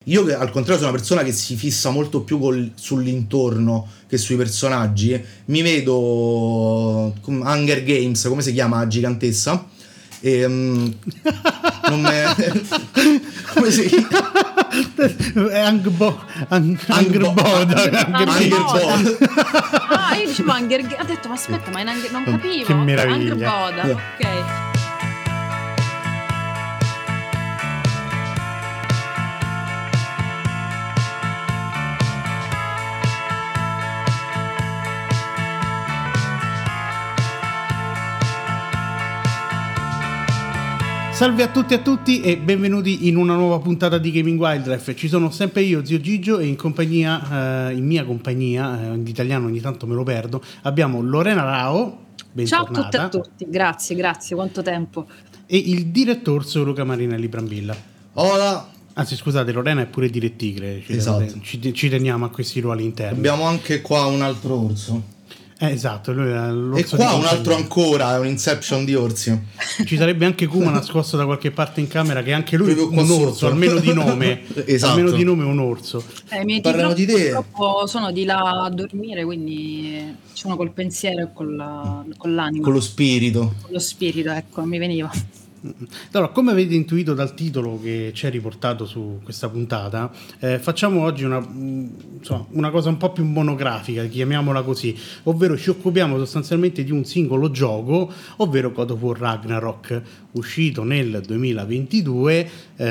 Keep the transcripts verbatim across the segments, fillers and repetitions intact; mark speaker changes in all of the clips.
Speaker 1: io che al contrario sono una persona che si fissa molto più col, sull'intorno che sui personaggi, mi vedo Hunger Games, come si chiama gigantessa, e um, non me come si chiama?
Speaker 2: Angbo Angboda
Speaker 3: ah io dicevo Hunger Games, ha detto ma aspetta ma non capivo,
Speaker 2: che meraviglia.
Speaker 3: Angboda, ok.
Speaker 2: Salve a tutti e a tutti e benvenuti in una nuova puntata di Gaming Wildlife. Ci sono sempre io, Zio Gigio, e in compagnia, eh, in mia compagnia, eh, in italiano ogni tanto me lo perdo, abbiamo Lorena Rao, bentornata.
Speaker 3: Ciao a tutti e a tutti, grazie, grazie, quanto tempo.
Speaker 2: E il direttor Luca Marinelli Brambilla.
Speaker 1: Hola.
Speaker 2: Anzi, scusate, Lorena è pure direttigre, ci,
Speaker 1: esatto.
Speaker 2: ci, ci teniamo a questi ruoli interni.
Speaker 1: Abbiamo anche qua un altro orso.
Speaker 2: Eh, esatto, lui è
Speaker 1: e qua un altro ancora, è un Inception di orsi.
Speaker 2: Ci sarebbe anche Kuma nascosto da qualche parte in camera, che anche lui è un orso, sotto. almeno di nome.
Speaker 1: Esatto.
Speaker 2: Almeno di nome è un orso.
Speaker 3: Eh, I miei
Speaker 1: Parlano di te.
Speaker 3: Purtroppo sono di là a dormire, quindi sono col pensiero e con, la, con l'anima.
Speaker 1: Con lo spirito.
Speaker 3: Con lo spirito, ecco, mi veniva.
Speaker 2: Allora, come avete intuito dal titolo che c'è riportato su questa puntata, eh, facciamo oggi una, insomma, una cosa un po' più monografica, chiamiamola così, ovvero ci occupiamo sostanzialmente di un singolo gioco, ovvero God of War Ragnarok, uscito nel duemilaventidue,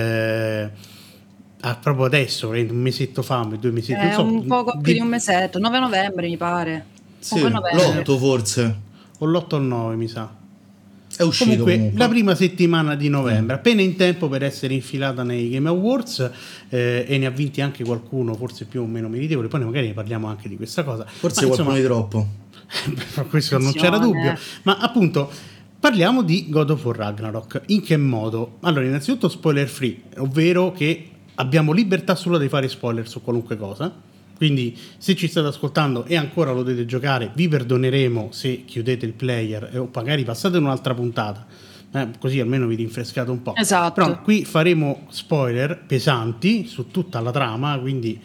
Speaker 2: eh, ah, proprio adesso, un mesetto fa, due mesetti,
Speaker 3: È
Speaker 2: non so,
Speaker 3: un poco più
Speaker 2: di...
Speaker 3: di un mesetto, nove novembre mi pare.
Speaker 1: Sì, l'otto forse.
Speaker 2: O l'otto o il nove mi sa.
Speaker 1: È uscito
Speaker 2: comunque,
Speaker 1: comunque
Speaker 2: la prima settimana di novembre, appena in tempo per essere infilata nei Game Awards, eh, e ne ha vinti anche qualcuno forse più o meno meritevole, poi magari ne parliamo anche di questa cosa.
Speaker 1: Forse
Speaker 2: ma,
Speaker 1: qualcuno
Speaker 2: insomma,
Speaker 1: di troppo.
Speaker 2: Per questo non c'era dubbio, ma appunto parliamo di God of War Ragnarok. In che modo? Allora, innanzitutto spoiler free, ovvero che abbiamo libertà assoluta di fare spoiler su qualunque cosa. Quindi se ci state ascoltando e ancora lo dovete giocare, vi perdoneremo se chiudete il player o magari passate in un'altra puntata, eh, così almeno vi rinfrescate un po'.
Speaker 3: Esatto.
Speaker 2: Però qui faremo spoiler pesanti su tutta la trama, quindi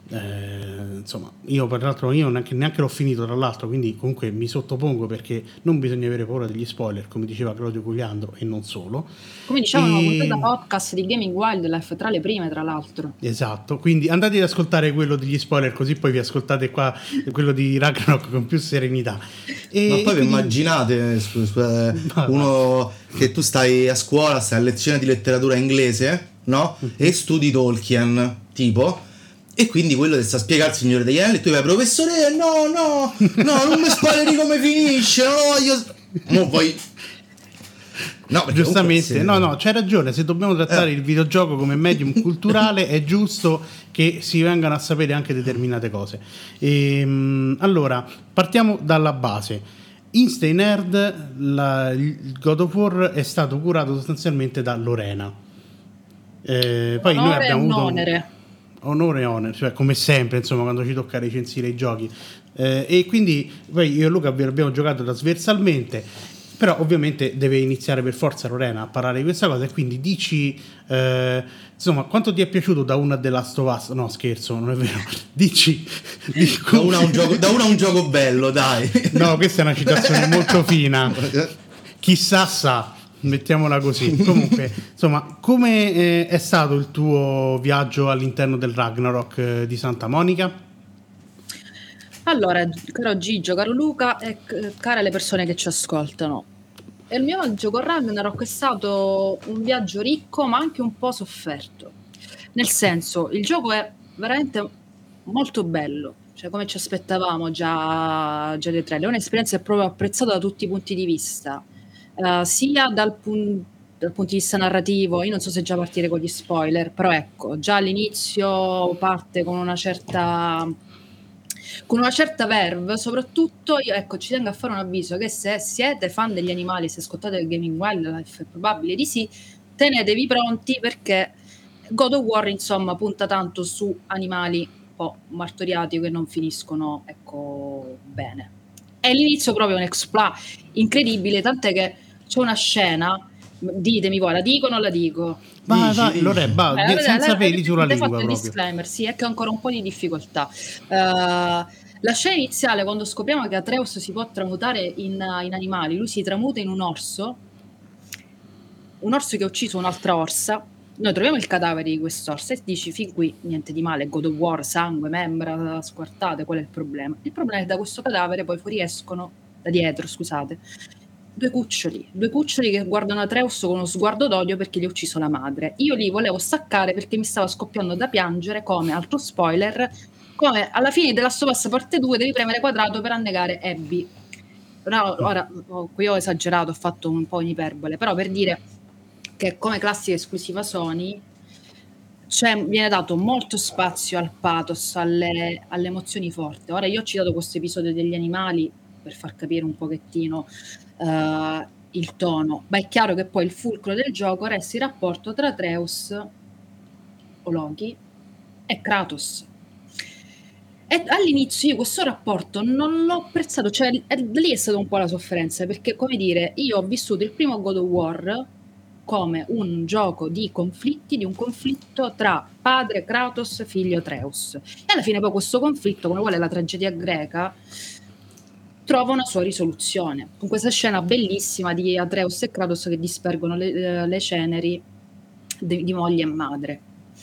Speaker 2: eh, insomma io per l'altro io neanche, neanche l'ho finito tra l'altro, quindi comunque mi sottopongo perché non bisogna avere paura degli spoiler, come diceva Claudio Cugliandro, e non solo.
Speaker 3: Come diciamo, una
Speaker 2: e...
Speaker 3: puntata podcast di Gaming Wildlife, tra le prime tra l'altro.
Speaker 2: Esatto, quindi andate ad ascoltare quello degli spoiler, così poi vi ascoltate qua quello di Ragnarok con più serenità.
Speaker 1: E ma poi quindi... vi immaginate scusa, uno che tu stai a scuola, stai a lezione di letteratura inglese, no? Uh-huh. E studi Tolkien, tipo, e quindi quello che sta a spiegare il Signore degli Anelli e tu vai, professore, no, no, no, non mi spoileri come finisce, no, io... Mo poi...
Speaker 2: No, giustamente, no, no, c'hai ragione, se dobbiamo trattare eh. il videogioco come medium culturale è giusto che si vengano a sapere anche determinate cose. E, allora, partiamo dalla base. In Stay Nerd la, il God of War è stato curato sostanzialmente da Lorena. Eh, poi
Speaker 3: onore
Speaker 2: noi abbiamo
Speaker 3: e
Speaker 2: avuto
Speaker 3: onere.
Speaker 2: Onore e onere, cioè come sempre, insomma, quando ci tocca recensire i giochi. Eh, e quindi poi io e Luca abbiamo giocato trasversalmente. Però ovviamente deve iniziare per forza Lorena a parlare di questa cosa, e quindi dici eh, insomma quanto ti è piaciuto da una The Last of Us. No, scherzo, non è vero. Dici, dici
Speaker 1: da, una un gioco, da una un gioco bello, dai.
Speaker 2: No, questa è una citazione molto fina. Chissà sa, mettiamola così. Comunque, insomma, come eh, è stato il tuo viaggio all'interno del Ragnarok eh, di Santa Monica?
Speaker 3: Allora, caro Gigio, caro Luca e care le persone che ci ascoltano, il mio viaggio con Ragnarok è stato un viaggio ricco ma anche un po' sofferto, nel senso, il gioco è veramente molto bello, cioè come ci aspettavamo già, già dei trailer, è un'esperienza proprio apprezzata da tutti i punti di vista, uh, sia dal, pun- dal punto di vista narrativo. Io non so se già partire con gli spoiler, però ecco, già all'inizio parte con una certa... con una certa verve, soprattutto io ecco ci tengo a fare un avviso che se siete fan degli animali, se ascoltate il Gaming Wildlife, è probabile di sì, tenetevi pronti perché God of War insomma punta tanto su animali un po' martoriati che non finiscono ecco bene, e l'inizio proprio un exploit incredibile, tant'è che c'è una scena Ditemi voi, la dico o non la dico?
Speaker 2: Ma
Speaker 1: Dici,
Speaker 2: vai,
Speaker 1: dici.
Speaker 2: Lore, va,
Speaker 3: Eh,
Speaker 2: de-
Speaker 3: vabbè,
Speaker 2: senza
Speaker 3: la-
Speaker 2: peli sulla
Speaker 3: avete
Speaker 2: lingua
Speaker 3: fatto il
Speaker 2: proprio.
Speaker 3: disclaimer, sì, è che ho ancora un po' di difficoltà. Eh, la scena iniziale, quando scopriamo che Atreus si può tramutare in, in animali, lui si tramuta in un orso, un orso che ha ucciso un'altra orsa. Noi troviamo il cadavere di quest'orsa e dici, fin qui niente di male, God of War, sangue, membra squartate, qual è il problema? Il problema è che da questo cadavere poi fuoriescono, da dietro, scusate, due cuccioli, due cuccioli che guardano Atreus con uno sguardo d'odio perché gli ha ucciso la madre. Io li volevo staccare perché mi stava scoppiando da piangere, come, altro spoiler, come alla fine della Last of Us parte due devi premere quadrato per annegare Abby. No, ora, qui ho esagerato, ho fatto un po' in iperbole, però per dire che come classica esclusiva Sony cioè, viene dato molto spazio al pathos, alle, alle emozioni forti. Ora io ho citato questo episodio degli animali per far capire un pochettino uh, il tono, ma è chiaro che poi il fulcro del gioco resta il rapporto tra Atreus o Loki e Kratos. E all'inizio io questo rapporto non l'ho apprezzato, cioè è, lì è stata un po' la sofferenza, perché come dire, io ho vissuto il primo God of War come un gioco di conflitti, di un conflitto tra padre Kratos, figlio Atreus, e alla fine poi questo conflitto, come vuole la tragedia greca, trova una sua risoluzione, con questa scena bellissima di Atreus e Kratos che dispergono le, le ceneri di, di moglie e madre.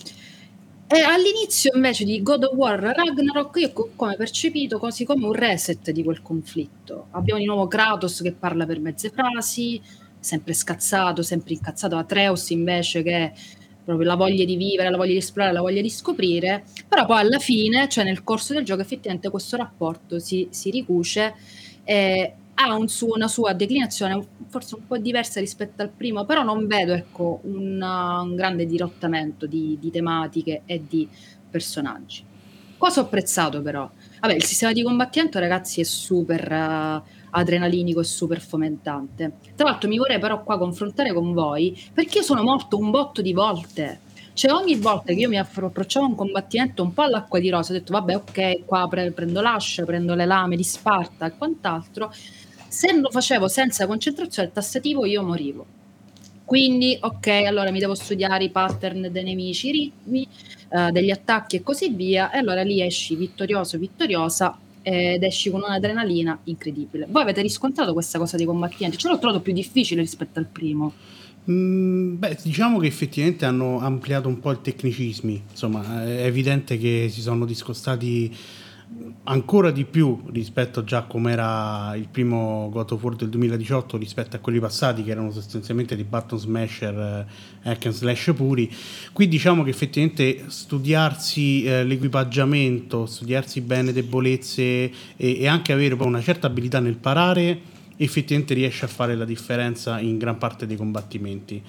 Speaker 3: E all'inizio invece di God of War Ragnarok io ho come percepito quasi come un reset di quel conflitto. Abbiamo di nuovo Kratos che parla per mezze frasi, sempre scazzato, sempre incazzato, Atreus invece che proprio la voglia di vivere, la voglia di esplorare, la voglia di scoprire, però poi alla fine, cioè nel corso del gioco effettivamente questo rapporto si, si ricuce e ha un suo, una sua declinazione forse un po' diversa rispetto al primo, però non vedo ecco un, un grande dirottamento di, di tematiche e di personaggi. Cosa ho apprezzato però? Vabbè, il sistema di combattimento ragazzi è super uh, adrenalinico e super fomentante. Tra l'altro mi vorrei però qua confrontare con voi perché io sono morto un botto di volte. Cioè ogni volta che io mi approcciavo a un combattimento un po' all'acqua di rosa ho detto vabbè ok, qua pre- prendo l'ascia, prendo le lame di Sparta e quant'altro, se lo facevo senza concentrazione al tastativo io morivo. Quindi ok, allora mi devo studiare i pattern dei nemici, i ritmi uh, degli attacchi e così via, e allora lì esci vittorioso, vittoriosa ed esci con un'adrenalina incredibile. Voi avete riscontrato questa cosa dei combattimenti? Ce l'ho trovato più difficile rispetto al primo.
Speaker 2: Mm, beh, diciamo che effettivamente hanno ampliato un po' i tecnicismi, insomma è evidente che si sono discostati ancora di più rispetto già come era il primo God of War del duemiladiciotto rispetto a quelli passati che erano sostanzialmente dei button smasher eh, hack and slash puri. Qui diciamo che effettivamente studiarsi eh, l'equipaggiamento, studiarsi bene debolezze e, e anche avere poi una certa abilità nel parare effettivamente riesce a fare la differenza in gran parte dei combattimenti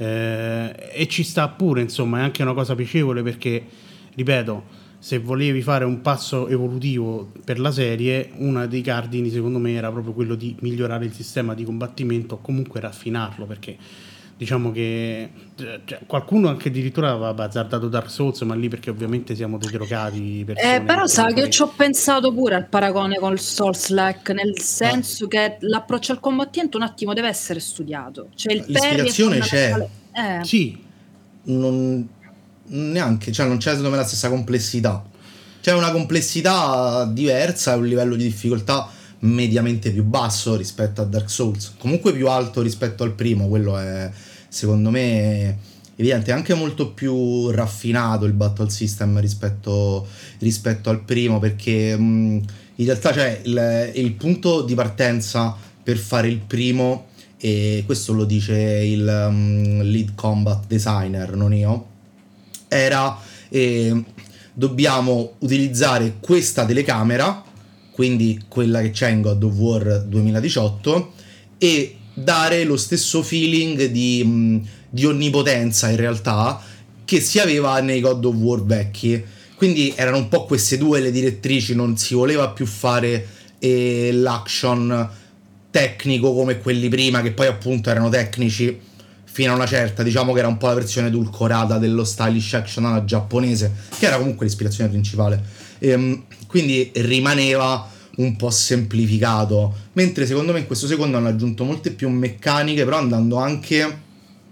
Speaker 2: eh, e ci sta pure, insomma è anche una cosa piacevole perché ripeto, se volevi fare un passo evolutivo per la serie, uno dei cardini secondo me era proprio quello di migliorare il sistema di combattimento o comunque raffinarlo, perché diciamo che cioè, qualcuno anche addirittura aveva azzardato Dark Souls, ma lì perché ovviamente siamo dei drogati
Speaker 3: eh, però sai che ci ho pensato pure al paragone con il Souls-like, nel senso ah. che l'approccio al combattimento un attimo deve essere studiato, cioè il
Speaker 1: l'ispirazione c'è
Speaker 3: eh.
Speaker 2: sì
Speaker 1: non neanche, cioè non c'è secondo me la stessa complessità, c'è una complessità diversa e un livello di difficoltà mediamente più basso rispetto a Dark Souls, comunque più alto rispetto al primo, quello è secondo me evidente, anche molto più raffinato il battle system rispetto, rispetto al primo, perché mh, in realtà cioè, il, il punto di partenza per fare il primo, e questo lo dice il um, lead combat designer, non io, era eh, dobbiamo utilizzare questa telecamera, quindi quella che c'è in God of War duemiladiciotto, e dare lo stesso feeling di, mh, di onnipotenza in realtà che si aveva nei God of War vecchi. Quindi erano un po' queste due le direttrici, non si voleva più fare eh, l'action tecnico come quelli prima, che poi appunto erano tecnici fino a una certa, diciamo che era un po' la versione edulcorata dello stylish action alla giapponese, che era comunque l'ispirazione principale, e, quindi rimaneva un po' semplificato, mentre secondo me in questo secondo hanno aggiunto molte più meccaniche, però andando anche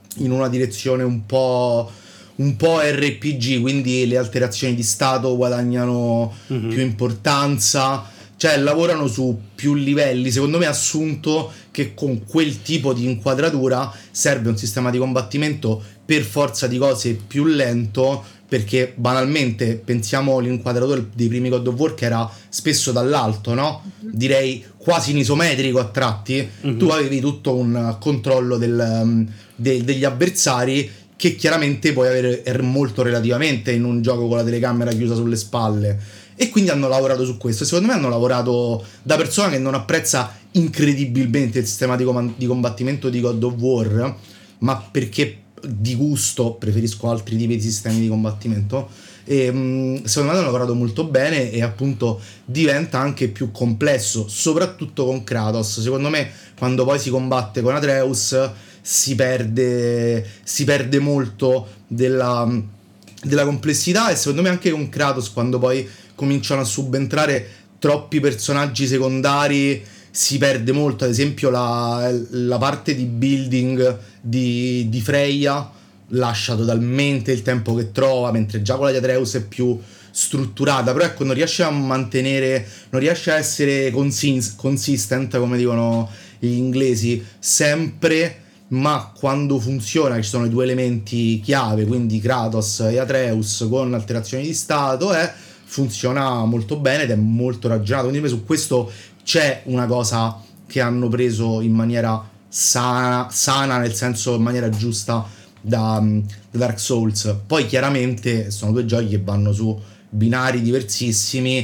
Speaker 1: in una direzione un po', un po' R P G, quindi le alterazioni di stato guadagnano mm-hmm. più importanza, cioè lavorano su più livelli. Secondo me è assunto che con quel tipo di inquadratura serve un sistema di combattimento per forza di cose più lento, perché banalmente pensiamo all'inquadratore dei primi God of War che era spesso dall'alto, no? Mm-hmm. Direi quasi in isometrico a tratti. Mm-hmm. Tu avevi tutto un controllo del, de, degli avversari che chiaramente puoi avere molto relativamente in un gioco con la telecamera chiusa sulle spalle, e quindi hanno lavorato su questo. Secondo me hanno lavorato da persona che non apprezza incredibilmente il sistema di, com- di combattimento di God of War, ma perché di gusto preferisco altri tipi di sistemi di combattimento, e mh, secondo me hanno lavorato molto bene, e appunto diventa anche più complesso, soprattutto con Kratos. Secondo me quando poi si combatte con Atreus si perde si perde molto della, della complessità, e secondo me anche con Kratos quando poi cominciano a subentrare troppi personaggi secondari si perde molto. Ad esempio la, la parte di building di, di Freya lascia totalmente il tempo che trova, mentre già quella di Atreus è più strutturata, però ecco non riesce a mantenere, non riesce a essere consist- consistent, come dicono gli inglesi, sempre, ma quando funziona, ci sono i due elementi chiave, quindi Kratos e Atreus con alterazioni di stato, eh, funziona molto bene ed è molto ragionato. Quindi su questo c'è una cosa che hanno preso in maniera sana, sana nel senso in maniera giusta da, da Dark Souls. Poi chiaramente sono due giochi che vanno su binari diversissimi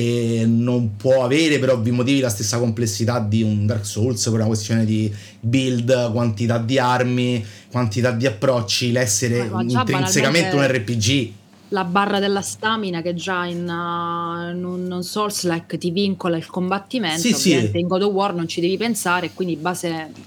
Speaker 1: e non può avere per ovvi motivi la stessa complessità di un Dark Souls, per una questione di build, quantità di armi, quantità di approcci, l'essere
Speaker 3: ma
Speaker 1: intrinsecamente un R P G.
Speaker 3: La barra della stamina che già in, uh, in un, un Souls-like ti vincola il combattimento,
Speaker 1: sì,
Speaker 3: ovviamente
Speaker 1: sì.
Speaker 3: in God of War non ci devi pensare, quindi base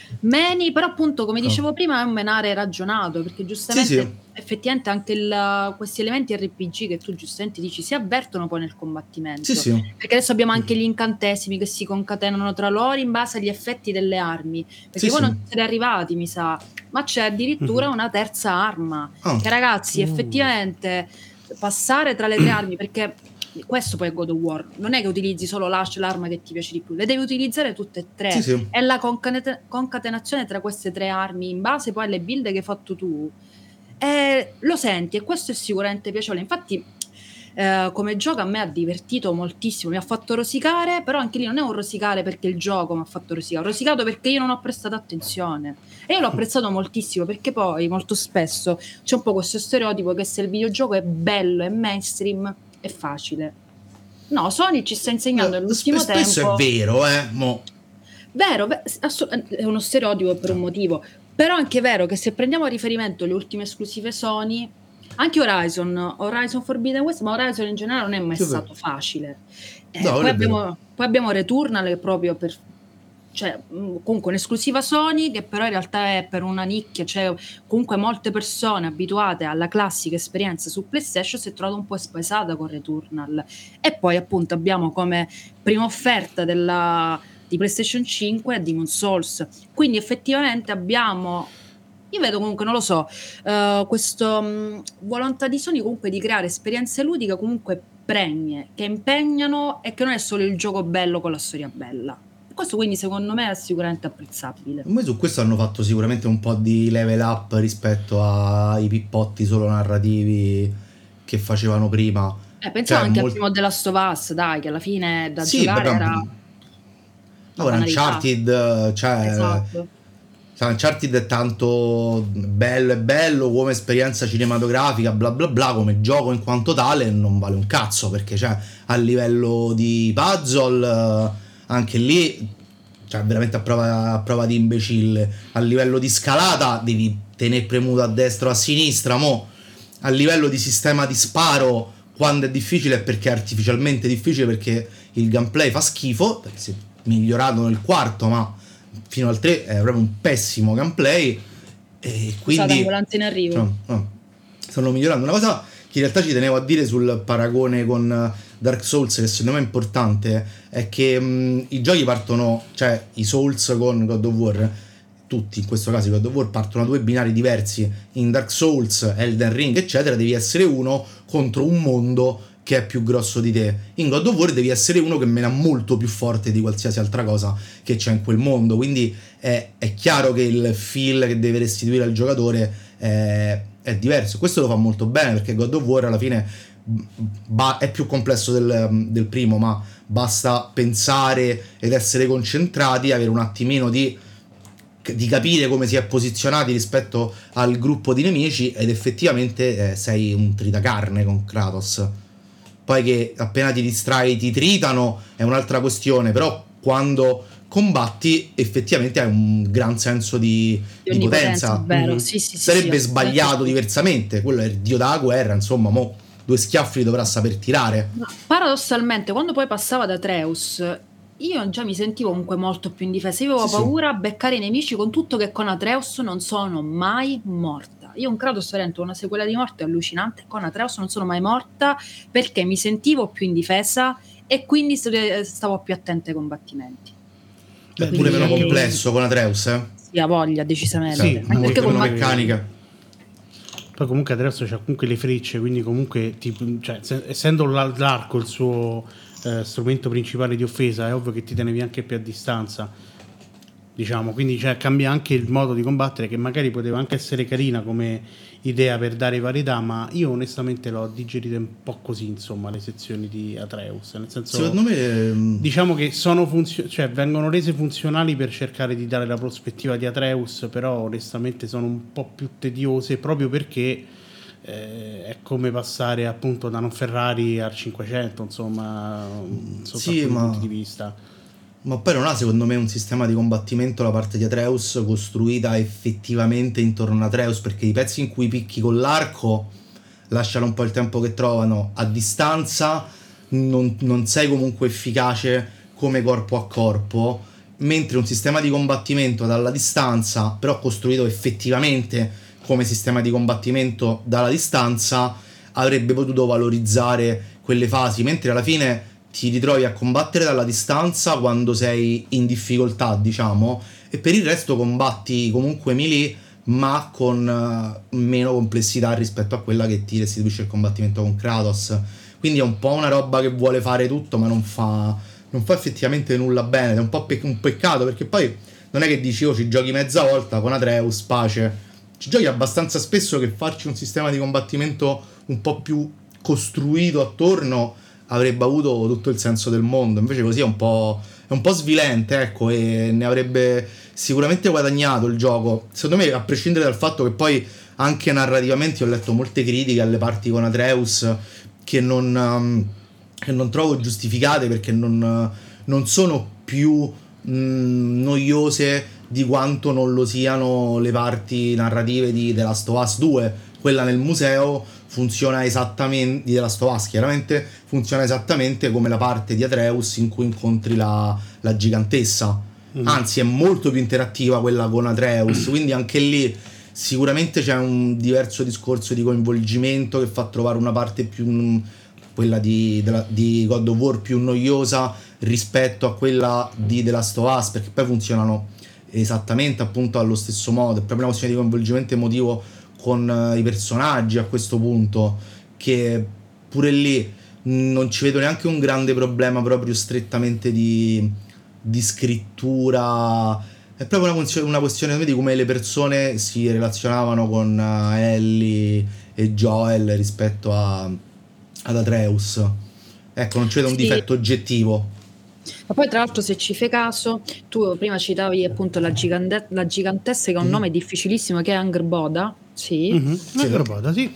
Speaker 3: meni, però appunto come dicevo oh. prima è un menare ragionato, perché giustamente sì, sì. effettivamente anche il, questi elementi R P G che tu giustamente dici si avvertono poi nel combattimento,
Speaker 1: sì, sì.
Speaker 3: perché adesso abbiamo anche gli incantesimi che si concatenano tra loro in base agli effetti delle armi, perché sì, voi sì. non siete arrivati mi sa, ma c'è addirittura mm-hmm. una terza arma oh. che ragazzi uh. effettivamente passare tra le tre armi, perché questo poi è God of War, non è che utilizzi solo l'arma che ti piace di più, le devi utilizzare tutte e tre,
Speaker 1: sì, sì.
Speaker 3: è la concate- concatenazione tra queste tre armi in base poi alle build che hai fatto tu, e lo senti, e questo è sicuramente piacevole. Infatti eh, come gioco a me ha divertito moltissimo, mi ha fatto rosicare, però anche lì non è un rosicare perché il gioco mi ha fatto rosicare, ho rosicato perché io non ho prestato attenzione, e io l'ho apprezzato moltissimo, perché poi molto spesso c'è un po' questo stereotipo che se il videogioco è bello, è mainstream, è facile. No, Sony ci sta insegnando
Speaker 1: eh,
Speaker 3: nell'ultimo
Speaker 1: sp-
Speaker 3: tempo.
Speaker 1: Spesso è vero, eh. Mo.
Speaker 3: Vero, beh, è uno stereotipo per un motivo. Però è anche vero che se prendiamo a riferimento le ultime esclusive Sony, anche Horizon, Horizon Forbidden West, ma Horizon in generale non è mai che stato vero. facile. Eh, no, poi, abbiamo, poi abbiamo Returnal che proprio per. Cioè, comunque un'esclusiva Sony che però in realtà è per una nicchia, cioè comunque molte persone abituate alla classica esperienza su PlayStation si è trovata un po' spesata con Returnal. E poi appunto abbiamo come prima offerta della, di PlayStation cinque Demon's Souls, quindi effettivamente abbiamo, io vedo comunque, non lo so, uh, questa um, volontà di Sony comunque di creare esperienze ludiche comunque pregne, che impegnano, e che non è solo il gioco bello con la storia bella. Questo quindi secondo me è sicuramente apprezzabile.
Speaker 1: Noi su questo hanno fatto sicuramente un po' di level up rispetto ai pippotti solo narrativi che facevano prima.
Speaker 3: Eh, pensavo cioè, anche molt... al primo The Last of Us, dai, che alla fine da
Speaker 1: sì,
Speaker 3: giocare
Speaker 1: però...
Speaker 3: era...
Speaker 1: No, Uncharted, cioè...
Speaker 3: Esatto.
Speaker 1: Uncharted è tanto bello e bello come esperienza cinematografica, bla bla bla, come gioco in quanto tale non vale un cazzo, perché cioè, a livello di puzzle... anche lì cioè veramente a prova, a prova di imbecille. A livello di scalata devi tenere premuto a destra o a sinistra, mo a livello di sistema di sparo quando è difficile è perché è artificialmente difficile, perché il gameplay fa schifo, perché si è migliorato nel quarto, ma fino al tre è proprio un pessimo gameplay, e quindi
Speaker 3: ambulante in arrivo.
Speaker 1: Cioè, no, stanno migliorando. Una cosa che in realtà ci tenevo a dire sul paragone con Dark Souls, che secondo me è importante, è che mh, i giochi partono, cioè i Souls con God of War tutti in questo caso i God of War partono da due binari diversi, in Dark Souls, Elden Ring eccetera devi essere uno contro un mondo che è più grosso di te. In God of War devi essere uno che mena molto più forte di qualsiasi altra cosa che c'è in quel mondo, quindi è, è chiaro che il feel che deve restituire al giocatore è, è diverso. Questo lo fa molto bene, perché God of War alla fine ba- è più complesso del, del primo, ma basta pensare ed essere concentrati, avere un attimino di di capire come si è posizionati rispetto al gruppo di nemici, ed effettivamente eh, sei un tritacarne con Kratos. Poi che appena ti distrai ti tritano è un'altra questione, però quando combatti effettivamente hai un gran senso di,
Speaker 3: Di
Speaker 1: di potenza.
Speaker 3: onnipotenza, vero?
Speaker 2: Mhm.
Speaker 3: Sì, sì, sì,
Speaker 1: Sarebbe
Speaker 3: sì,
Speaker 1: sbagliato
Speaker 3: assolutamente.
Speaker 1: diversamente, quello è il dio della guerra, insomma, mo due schiaffi li dovrà saper tirare.
Speaker 3: Ma paradossalmente, quando poi passava da Atreus, io già mi sentivo comunque molto più indifesa. Io avevo
Speaker 1: Sì, sì.
Speaker 3: paura a beccare i nemici, con tutto che con Atreus non sono mai morta. Io un Kratos veramente una sequela di morte allucinante, con Atreus non sono mai morta perché mi sentivo più indifesa e quindi st- stavo più attenta ai combattimenti.
Speaker 2: Beh,
Speaker 1: È pure
Speaker 3: Quindi-
Speaker 1: meno
Speaker 2: anche-
Speaker 1: complesso con Atreus, eh?
Speaker 3: Sì, ha voglia, decisamente.
Speaker 2: Sì,
Speaker 3: Anche
Speaker 2: molto
Speaker 3: perché con
Speaker 1: meno
Speaker 3: Ma-
Speaker 1: meccanica.
Speaker 2: Poi comunque adesso c'ha comunque le frecce, quindi comunque tipo, cioè, se- essendo la- l'arco il suo eh, strumento principale di offesa, è ovvio che ti tenevi anche più a distanza, diciamo, quindi cioè, cambia anche il modo di combattere, che magari poteva anche essere carina come idea per dare varietà, ma io onestamente l'ho digerito un po' così, insomma, le sezioni di Atreus, nel senso,
Speaker 1: Secondo me ehm,
Speaker 2: diciamo che sono funzio- cioè, vengono rese funzionali per cercare di dare la prospettiva di Atreus, però onestamente sono un po' più tediose, proprio perché eh, è come passare appunto da un Ferrari al cinquecento, insomma, sotto
Speaker 1: sì,
Speaker 2: alcuni
Speaker 1: ma-
Speaker 2: punti di vista.
Speaker 1: ma poi non ha secondo me un sistema di combattimento la parte di Atreus costruita effettivamente intorno a Atreus, perché i pezzi in cui picchi con l'arco lasciano un po' il tempo che trovano, a distanza non, non sei comunque efficace come corpo a corpo, mentre un sistema di combattimento dalla distanza, però costruito effettivamente come sistema di combattimento dalla distanza, avrebbe potuto valorizzare quelle fasi, mentre alla fine ti ritrovi a combattere dalla distanza quando sei in difficoltà, diciamo, e per il resto combatti comunque melee, ma con eh, meno complessità rispetto a quella che ti restituisce il combattimento con Kratos. Quindi è un po' una roba che vuole fare tutto, ma non fa, non fa effettivamente nulla bene. È un po' pe- un peccato, perché poi non è che dici, oh, ci giochi mezza volta con Atreus, pace. Ci giochi abbastanza spesso, che farci un sistema di combattimento un po' più costruito attorno avrebbe avuto tutto il senso del mondo. Invece così è un po', è un po' svilente, ecco, e ne avrebbe sicuramente guadagnato il gioco. Secondo me, a prescindere dal fatto che poi anche narrativamente ho letto molte critiche alle parti con Atreus che non, um, che non trovo giustificate, perché non, non sono più mh, noiose di quanto non lo siano le parti narrative di The Last of Us due. Quella nel museo funziona esattamente, di The Last of Us chiaramente, funziona esattamente come la parte di Atreus in cui incontri la, la gigantessa. Mm. Anzi, è molto più interattiva quella con Atreus, quindi anche lì sicuramente c'è un diverso discorso di coinvolgimento che fa trovare una parte più, quella di, della, di God of War, più noiosa rispetto a quella di The Last of Us, perché poi funzionano esattamente appunto allo stesso modo. È proprio una questione di coinvolgimento emotivo con uh, i personaggi a questo punto, che pure lì non ci vedo neanche un grande problema proprio strettamente di, di scrittura. È proprio una, una questione di come le persone si relazionavano con uh, Ellie e Joel rispetto a, ad Atreus. Ecco, non ci vedo un
Speaker 3: Sì.
Speaker 1: difetto oggettivo.
Speaker 3: Ma poi tra l'altro, se ci fai caso, tu prima citavi appunto la, gigante- la gigantessa, che ha un
Speaker 1: Mm.
Speaker 3: nome difficilissimo, che è Angerboda, sì.
Speaker 2: Mhm,
Speaker 1: Sì.
Speaker 2: una robota, sì.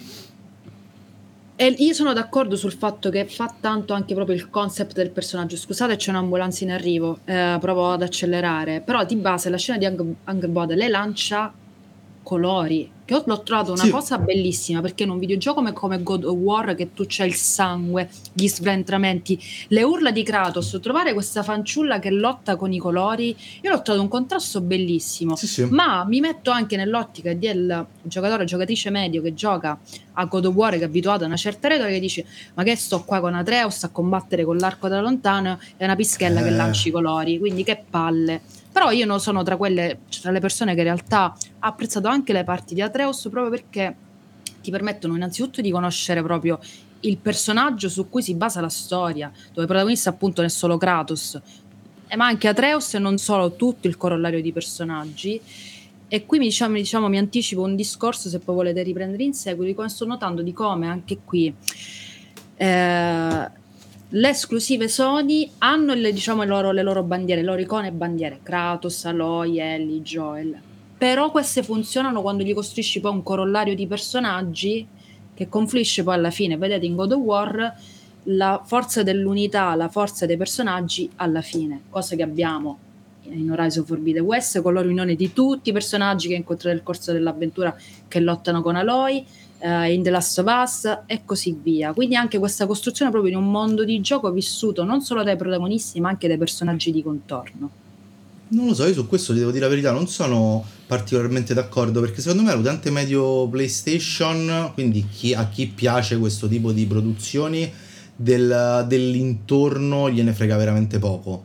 Speaker 3: E io sono d'accordo sul fatto che fa tanto anche proprio il concept del personaggio. Scusate, c'è un'ambulanza in arrivo, eh, provo ad accelerare. Però di base la scena di Ang- Angerboda, lei lancia colori, che ho, l'ho trovato una
Speaker 1: Sì.
Speaker 3: cosa bellissima, perché in un videogioco come, come God of War, che tu c'hai il sangue, gli sventramenti, le urla di Kratos, trovare questa fanciulla che lotta con i colori, io l'ho trovato un contrasto bellissimo.
Speaker 1: Sì, sì.
Speaker 3: Ma mi metto anche nell'ottica del giocatore o giocatrice medio che gioca a God of War, che è abituato a una certa regola, che dice: ma che sto qua con Atreus a combattere con l'arco da lontano e una pischella
Speaker 1: Eh.
Speaker 3: che lanci i colori, quindi che palle. Però io non sono tra quelle, tra le persone che in realtà ha apprezzato anche le parti di Atreus, proprio perché ti permettono innanzitutto di conoscere proprio il personaggio su cui si basa la storia, dove il protagonista appunto non è solo Kratos, eh, ma anche Atreus e non solo, tutto il corollario di personaggi. E qui mi, diciamo, diciamo, mi anticipo un discorso, se poi volete riprendere in seguito, di come sto notando di come anche qui eh, le esclusive Sony hanno le, diciamo, le, loro, le loro bandiere, le loro icone e bandiere, Kratos, Aloy, Ellie, Joel, però queste funzionano quando gli costruisci poi un corollario di personaggi che confluisce poi alla fine. Vedete in God of War la forza dell'unità, la forza dei personaggi alla fine, cosa che abbiamo in Horizon Forbidden West con la riunione di tutti i personaggi che incontrate nel corso dell'avventura che lottano con Aloy, uh, in The Last of Us e così via. Quindi anche questa costruzione proprio di un mondo di gioco vissuto non solo dai protagonisti ma anche dai personaggi di contorno.
Speaker 1: Non lo so, io su questo ti devo dire la verità, non sono particolarmente d'accordo, perché secondo me l'utente medio PlayStation, quindi chi, a chi piace questo tipo di produzioni, del, dell'intorno gliene frega veramente poco.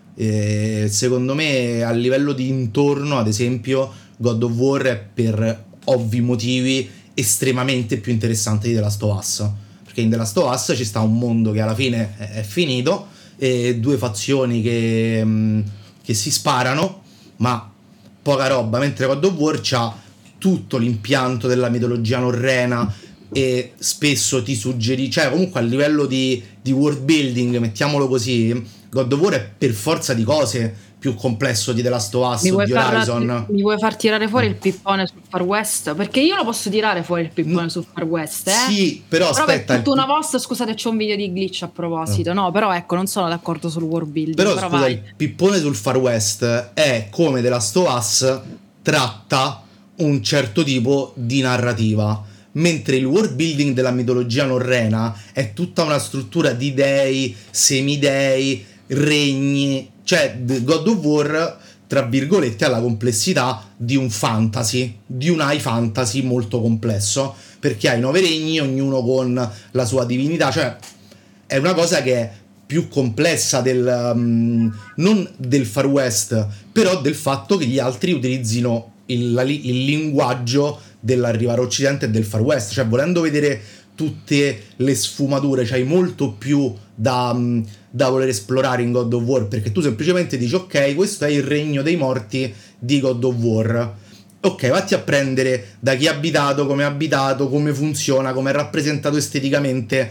Speaker 1: E secondo me a livello di intorno, ad esempio, God of War è per ovvi motivi estremamente più interessante di The Last of Us, perché in The Last of Us ci sta un mondo che alla fine è, è finito e due fazioni che... Mh, che si sparano, ma poca roba, mentre God of War c'ha tutto l'impianto della mitologia norrena e spesso ti suggerisce, cioè comunque a livello di, di world building, mettiamolo così, God of War è per forza di cose più complesso di The Last of Us
Speaker 3: mi
Speaker 1: o
Speaker 3: vuoi
Speaker 1: di
Speaker 3: far,
Speaker 1: Horizon.
Speaker 3: Mi vuoi far tirare fuori il pippone sul Far West? Perché io lo posso tirare fuori il pippone no, sul Far West, eh?
Speaker 1: Sì, però, però aspetta,
Speaker 3: per tutta una volta, scusate, c'ho un video di glitch a proposito, no, no però ecco, non sono d'accordo sul world building.
Speaker 1: Però,
Speaker 3: però
Speaker 1: scusa,
Speaker 3: vai.
Speaker 1: Il pippone sul Far West è come The Last of Us tratta un certo tipo di narrativa, mentre il world building della mitologia norrena è tutta una struttura di dei, semidei, regni. Cioè God of War, tra virgolette, ha la complessità di un fantasy, di un high fantasy molto complesso, perché hai nove regni, ognuno con la sua divinità. Cioè è una cosa che è più complessa del um, non del Far West, però del fatto che gli altri utilizzino il, il linguaggio dell'arrivare a Occidente e del Far West. Cioè, volendo vedere tutte le sfumature, c'hai molto più da, um, da voler esplorare in God of War, perché tu semplicemente dici ok, questo è il regno dei morti di God of War, ok, vatti a prendere da chi è abitato, come è abitato, come funziona, come è rappresentato esteticamente.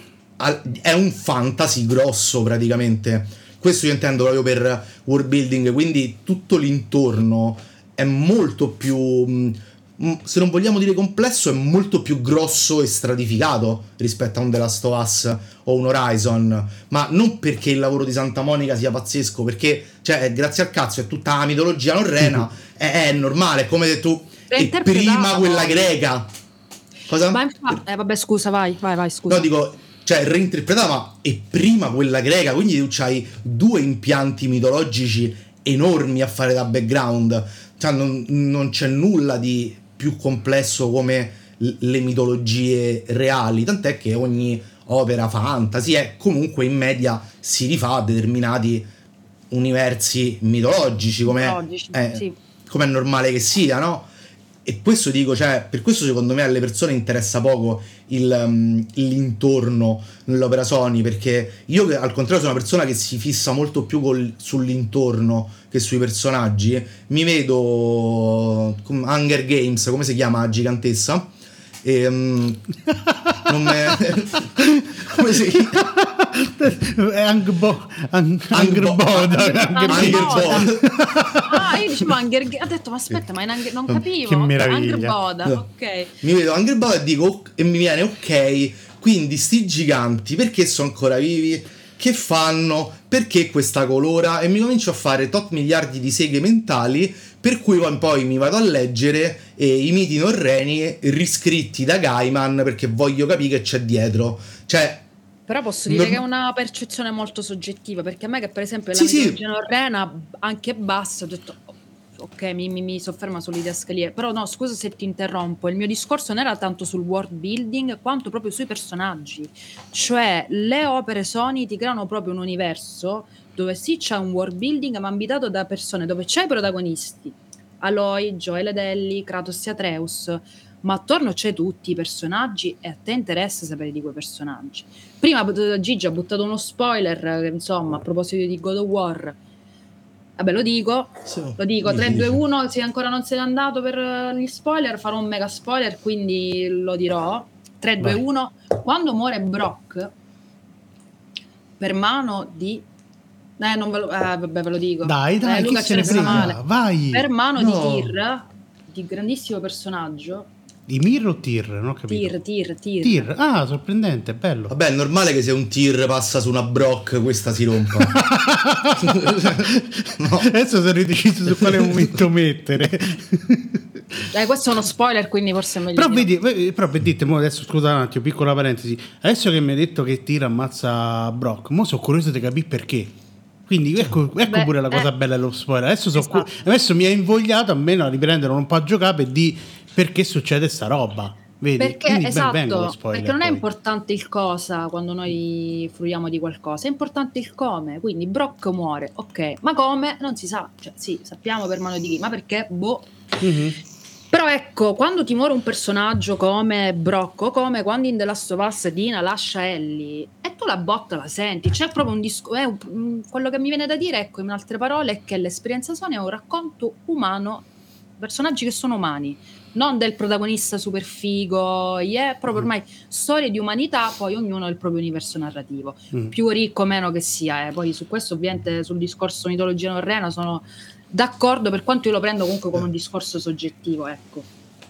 Speaker 1: È un fantasy grosso praticamente, questo io intendo proprio per world building, quindi tutto l'intorno è molto più, se non vogliamo dire complesso, è molto più grosso e stratificato rispetto a un The Last of Us o un Horizon, ma non perché il lavoro di Santa Monica sia pazzesco, perché cioè grazie al cazzo è tutta la mitologia norrena, è, è normale, è come tu e prima quella greca. Cosa?
Speaker 3: Ma infatti, eh, vabbè scusa, vai, vai, vai, scusa.
Speaker 1: No, dico, cioè reinterpretava e prima quella greca, quindi tu c'hai due impianti mitologici enormi a fare da background, cioè non, non c'è nulla di più complesso come le mitologie reali, tant'è che ogni opera fantasy è comunque in media si rifà a determinati universi mitologici, come
Speaker 3: mitologici,
Speaker 1: è,
Speaker 3: sì.
Speaker 1: come è normale che sia, no? E questo dico, cioè, per questo secondo me alle persone interessa poco il, um, l'intorno nell'opera Sony, perché io al contrario sono una persona che si fissa molto più col, sull'intorno che sui personaggi. Mi vedo Hunger Games, come si chiama, gigantessa, e um, non me come si chiama?
Speaker 2: È Angbo
Speaker 1: Angboda.
Speaker 3: Ah, io dicevo Hunger Games, ho detto ma aspetta, ma in Hunger... non capivo.
Speaker 2: Che meraviglia.
Speaker 3: Angboda, ok.
Speaker 1: Mi vedo Hunger Games e dico e mi viene ok, quindi sti giganti perché sono ancora vivi? Che fanno? Perché questa colora? E mi comincio a fare tot miliardi di seghe mentali per cui poi, poi mi vado a leggere eh, i miti norreni riscritti da Gaiman, perché voglio capire che c'è dietro. Cioè,
Speaker 3: però posso dire
Speaker 1: non...
Speaker 3: che è una percezione molto soggettiva, perché a me che per esempio la
Speaker 1: sì,
Speaker 3: mitologia
Speaker 1: sì.
Speaker 3: norrena anche bassa, ho detto ok, mi, mi, mi soffermo sulle didascalie, però no, scusa se ti interrompo, il mio discorso non era tanto sul world building quanto proprio sui personaggi, cioè le opere Sony ti creano proprio un universo dove sì c'è un world building ma abitato da persone, dove c'è i protagonisti, Aloy, Joel ed Ellie, Kratos e Atreus, ma attorno c'è tutti i personaggi e a te interessa sapere di quei personaggi. Prima Gigi ha buttato uno spoiler, insomma, a proposito di God of War. Vabbè, lo dico, sì, lo dico, tre, due, uno, se ancora non se n'è andato per gli spoiler, farò un mega spoiler, quindi lo dirò. tre, due, uno, quando muore Brock, per mano di... Eh, non ve lo, eh, vabbè, ve lo dico.
Speaker 2: Dai, dai,
Speaker 3: eh, Luca
Speaker 2: chi se ne frega, male. Vai!
Speaker 3: Per mano
Speaker 1: no.
Speaker 3: di Tyr, di grandissimo personaggio.
Speaker 2: Di Mir o Tyr? Non ho capito.
Speaker 3: Tyr, Tyr, Tyr.
Speaker 2: Tyr. Ah, sorprendente, bello.
Speaker 1: Vabbè, è normale che se un Tyr passa su una Brock questa si rompa.
Speaker 2: No. Adesso sono indeciso su quale momento mettere.
Speaker 3: Eh, questo è uno spoiler, quindi forse è meglio.
Speaker 2: Però vedi, però vedete, mo adesso scusa un attimo, piccola parentesi. Adesso che mi hai detto che Tyr ammazza Brock, mo sono curioso di capire perché. Quindi ecco, ecco Beh, pure la cosa eh. bella dello spoiler. Adesso, so esatto. cu- adesso mi ha invogliato a me a riprendere un po' a giocare per di perché succede sta roba. Vedi?
Speaker 3: Perché
Speaker 2: Quindi
Speaker 3: esatto,
Speaker 2: spoiler,
Speaker 3: perché non
Speaker 2: poi.
Speaker 3: è importante il cosa quando noi fruiamo di qualcosa, è importante il come. Quindi Brock muore, ok, ma come? Non si sa, cioè sì, sappiamo per mano di chi, ma perché? Boh. Mm-hmm. Però ecco, quando ti muore un personaggio come Brock o come quando in The Last of Us Dina lascia Ellie e tu la botta la senti, c'è proprio un discorso, quello che mi viene da dire, ecco, in altre parole, è che l'esperienza Sony è un racconto umano, personaggi che sono umani, non del protagonista super figo, yeah, proprio ormai storie di umanità, poi ognuno ha il proprio universo narrativo, mm. più ricco o meno che sia, eh. Poi su questo ovviamente sul discorso mitologia norrena sono d'accordo, per quanto io lo prendo comunque come un discorso soggettivo, ecco.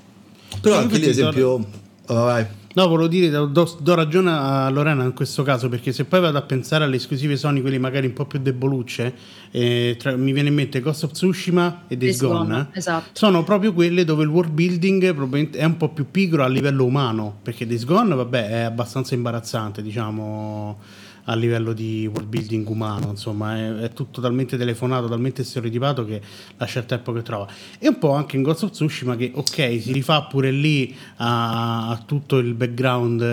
Speaker 1: Però anche lì esempio oh, vai.
Speaker 2: No, volevo dire, do, do ragione a Lorena in questo caso, perché se poi vado a pensare alle esclusive Sony, quelli magari un po' più debolucce, eh, tra, mi viene in mente Ghost of Tsushima e Days Gone, Gone
Speaker 3: esatto.
Speaker 2: Sono proprio quelle dove il world building è un po' più pigro a livello umano, perché Days Gone, vabbè, è abbastanza imbarazzante, diciamo, a livello di world building umano, insomma è, è tutto talmente telefonato, talmente stereotipato che lascia il tempo che trova. E un po' anche in Ghost of Tsushima che ok, si rifà pure lì a, a tutto il background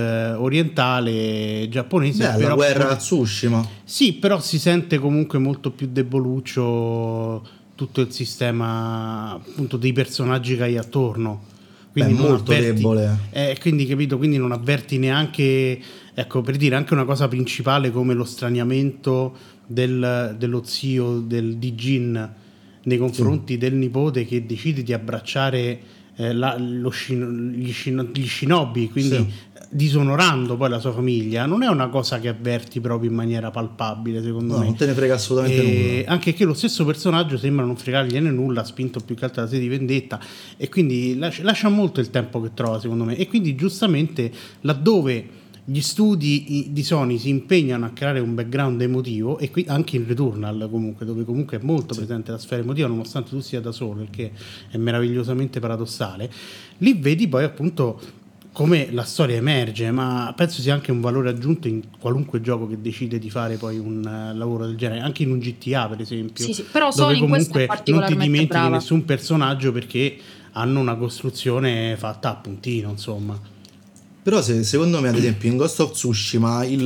Speaker 2: orientale giapponese.
Speaker 1: Beh,
Speaker 2: però
Speaker 1: la guerra
Speaker 2: pure,
Speaker 1: a Tsushima.
Speaker 2: Sì, però si sente comunque molto più deboluccio tutto il sistema appunto dei personaggi che hai attorno. Quindi
Speaker 1: Beh, molto
Speaker 2: avverti,
Speaker 1: debole.
Speaker 2: Eh, quindi capito, quindi non avverti neanche, ecco, per dire anche una cosa principale come lo straniamento del, dello zio del di Jin nei confronti sì. del nipote che decide di abbracciare eh, la, lo shin, gli, shin, gli shinobi, quindi sì. disonorando poi la sua famiglia. Non è una cosa che avverti proprio in maniera palpabile, secondo
Speaker 1: no,
Speaker 2: me.
Speaker 1: Non te ne frega assolutamente
Speaker 2: e
Speaker 1: nulla.
Speaker 2: Anche che lo stesso personaggio sembra non fregargliene nulla, spinto più che altro da sé di vendetta, e quindi lascia, lascia molto il tempo che trova, secondo me. E quindi giustamente laddove gli studi di Sony si impegnano a creare un background emotivo, e qui anche in Returnal comunque, dove comunque è molto sì. presente la sfera emotiva nonostante tu sia da solo, perché è meravigliosamente paradossale, lì vedi poi appunto come la storia emerge, ma penso sia anche un valore aggiunto in qualunque gioco che decide di fare poi un uh, lavoro del genere, anche in un G T A per esempio,
Speaker 3: sì, sì, però
Speaker 2: dove
Speaker 3: Sony
Speaker 2: comunque non ti dimentichi
Speaker 3: brava.
Speaker 2: nessun personaggio perché hanno una costruzione fatta a puntino, insomma.
Speaker 1: Però se, secondo me ad esempio in Ghost of Tsushima il,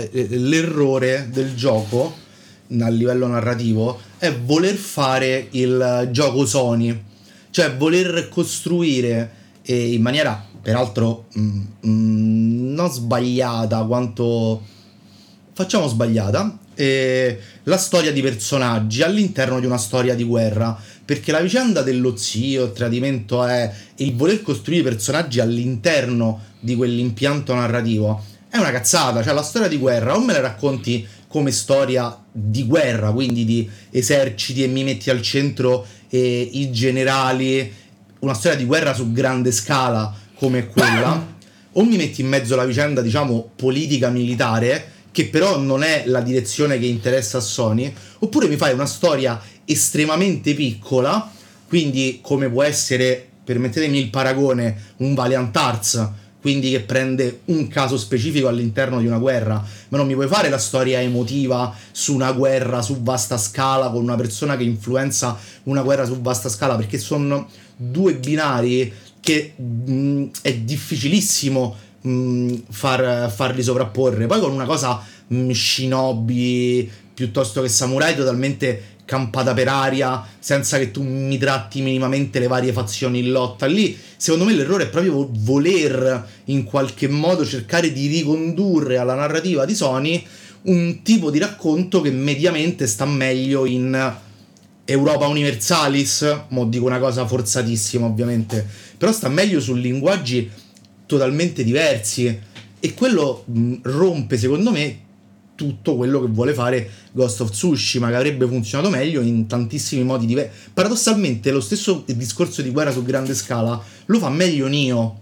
Speaker 1: l'errore del gioco a livello narrativo è voler fare il gioco Sony, cioè voler costruire eh, in maniera peraltro mh, mh, non sbagliata quanto facciamo sbagliata eh, la storia di personaggi all'interno di una storia di guerra, perché la vicenda dello zio, il tradimento è il voler costruire personaggi all'interno di quell'impianto narrativo è una cazzata. Cioè la storia di guerra o me la racconti come storia di guerra, quindi di eserciti e mi metti al centro eh, i generali, una storia di guerra su grande scala come quella, o mi metti in mezzo la vicenda diciamo politica militare, che però non è la direzione che interessa a Sony, oppure mi fai una storia estremamente piccola quindi come può essere, permettetemi il paragone, un Valiant Arts, quindi che prende un caso specifico all'interno di una guerra, ma non mi puoi fare la storia emotiva su una guerra su vasta scala con una persona che influenza una guerra su vasta scala, perché sono due binari che mh, è difficilissimo mh, far, farli sovrapporre. Poi con una cosa mh, shinobi piuttosto che samurai totalmente campata per aria, senza che tu mi tratti minimamente le varie fazioni in lotta, lì secondo me l'errore è proprio voler in qualche modo cercare di ricondurre alla narrativa di Sony un tipo di racconto che mediamente sta meglio in Europa Universalis, mo dico una cosa forzatissima ovviamente, però sta meglio su linguaggi totalmente diversi, e quello mh, rompe secondo me tutto quello che vuole fare Ghost of Tsushima, che avrebbe funzionato meglio in tantissimi modi diversi. Paradossalmente lo stesso discorso di guerra su grande scala lo fa meglio Nioh,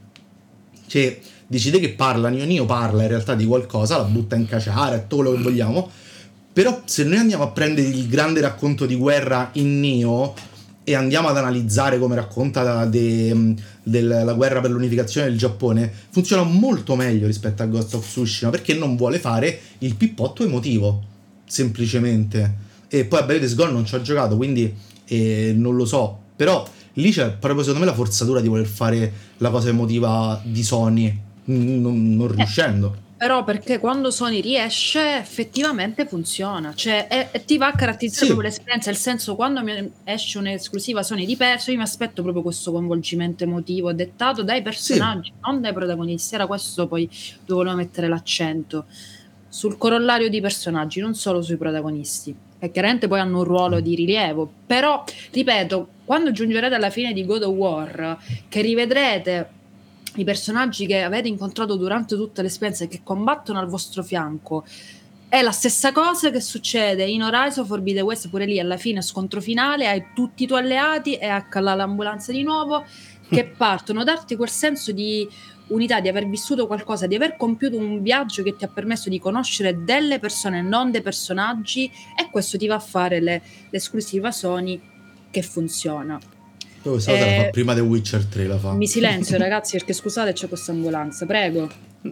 Speaker 1: cioè decide che parla Nioh, Nioh parla in realtà di qualcosa, la butta in caciara, tutto quello che vogliamo, però se noi andiamo a prendere il grande racconto di guerra in Nioh e andiamo ad analizzare come racconta de, della guerra per l'unificazione del Giappone, funziona molto meglio rispetto a Ghost of Tsushima, perché non vuole fare il pippotto emotivo semplicemente. E poi a Days Gone non ci ho giocato, quindi eh, non lo so, però lì c'è proprio secondo me la forzatura di voler fare la cosa emotiva di Sony, non, non riuscendo.
Speaker 3: Però perché quando Sony riesce effettivamente funziona, cioè e, e ti va a caratterizzare
Speaker 1: Sì.
Speaker 3: proprio l'esperienza, nel senso, quando mi esce un'esclusiva Sony di perso, io mi aspetto proprio questo coinvolgimento emotivo dettato dai personaggi, sì, non dai protagonisti. Era questo poi dove volevo mettere l'accento, sul corollario di personaggi, non solo sui protagonisti, che chiaramente poi hanno un ruolo di rilievo. Però ripeto, quando giungerete alla fine di God of War, che rivedrete i personaggi che avete incontrato durante tutta l'esperienza e che combattono al vostro fianco, è la stessa cosa che succede in Horizon Forbidden West. Pure lì alla fine scontro finale, hai tutti i tuoi alleati e ecco l'ambulanza di nuovo che partono, darti quel senso di unità, di aver vissuto qualcosa, di aver compiuto un viaggio che ti ha permesso di conoscere delle persone, non dei personaggi, e questo ti va a fare le, l'esclusiva Sony che funziona.
Speaker 1: Questa cosa eh, la fa prima The Witcher tre, la fa.
Speaker 3: Mi silenzio ragazzi perché scusate, c'è questa ambulanza, prego.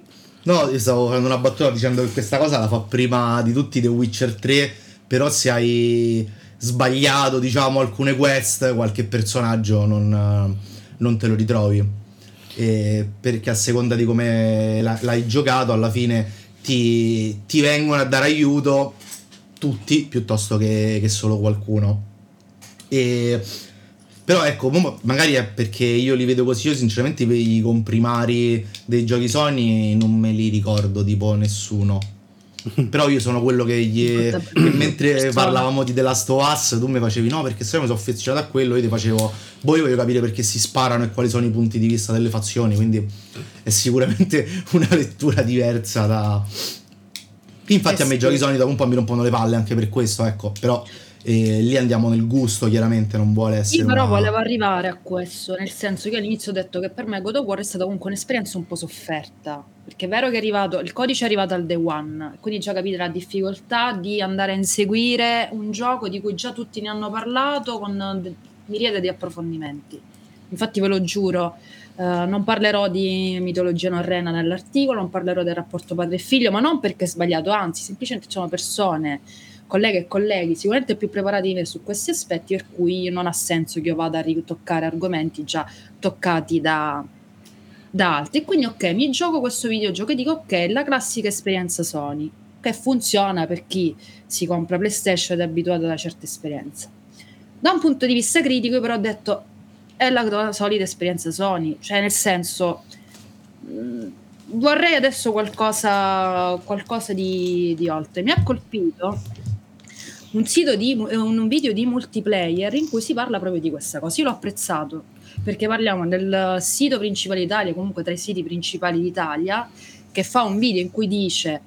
Speaker 1: No, io stavo facendo una battuta dicendo che questa cosa la fa prima di tutti The Witcher tre, però se hai sbagliato diciamo alcune quest, qualche personaggio non, non te lo ritrovi, e perché a seconda di come l'hai giocato alla fine ti, ti vengono a dare aiuto tutti piuttosto che, che solo qualcuno. E però ecco, magari è perché io li vedo così. Io sinceramente i comprimari dei giochi Sony non me li ricordo tipo nessuno. Però io sono quello che, gli, che mentre parlavamo di The Last of Us tu mi facevi no perché se io mi sono affezionato a quello, io ti facevo boh, io voglio capire perché si sparano e quali sono i punti di vista delle fazioni, quindi è sicuramente una lettura diversa da... Infatti eh a me i giochi Sony dopo un po' mi rompono le palle anche per questo, ecco, però e lì andiamo nel gusto, chiaramente non vuole essere.
Speaker 3: Io però
Speaker 1: una...
Speaker 3: volevo arrivare a questo, nel senso che all'inizio ho detto che per me God of War è stata comunque un'esperienza un po' sofferta, perché è vero che è arrivato, il codice è arrivato al day one, quindi già capite la difficoltà di andare a inseguire un gioco di cui già tutti ne hanno parlato con miriade di approfondimenti. Infatti ve lo giuro, uh, non parlerò di mitologia norrena nell'articolo, non parlerò del rapporto padre e figlio, ma non perché è sbagliato, anzi semplicemente ci sono persone, colleghe e colleghi sicuramente più preparati su questi aspetti, per cui non ha senso che io vada a ritoccare argomenti già toccati da, da altri. E quindi ok, mi gioco questo videogioco e dico ok, la classica esperienza Sony che funziona per chi si compra PlayStation ed è abituato ad una certa esperienza. Da un punto di vista critico io però ho detto è la solita esperienza Sony, cioè nel senso mh, vorrei adesso qualcosa qualcosa di, di oltre. Mi ha colpito un sito di un video di multiplayer in cui si parla proprio di questa cosa. Io l'ho apprezzato perché parliamo del sito principale d'Italia, comunque tra i siti principali d'Italia, che fa un video in cui dice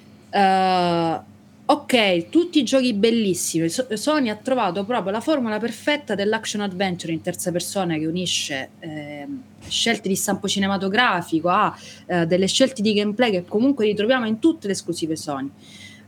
Speaker 3: uh, ok, tutti i giochi bellissimi, Sony ha trovato proprio la formula perfetta dell'action adventure in terza persona che unisce eh, scelte di stampo cinematografico a eh, delle scelte di gameplay che comunque ritroviamo in tutte le esclusive Sony.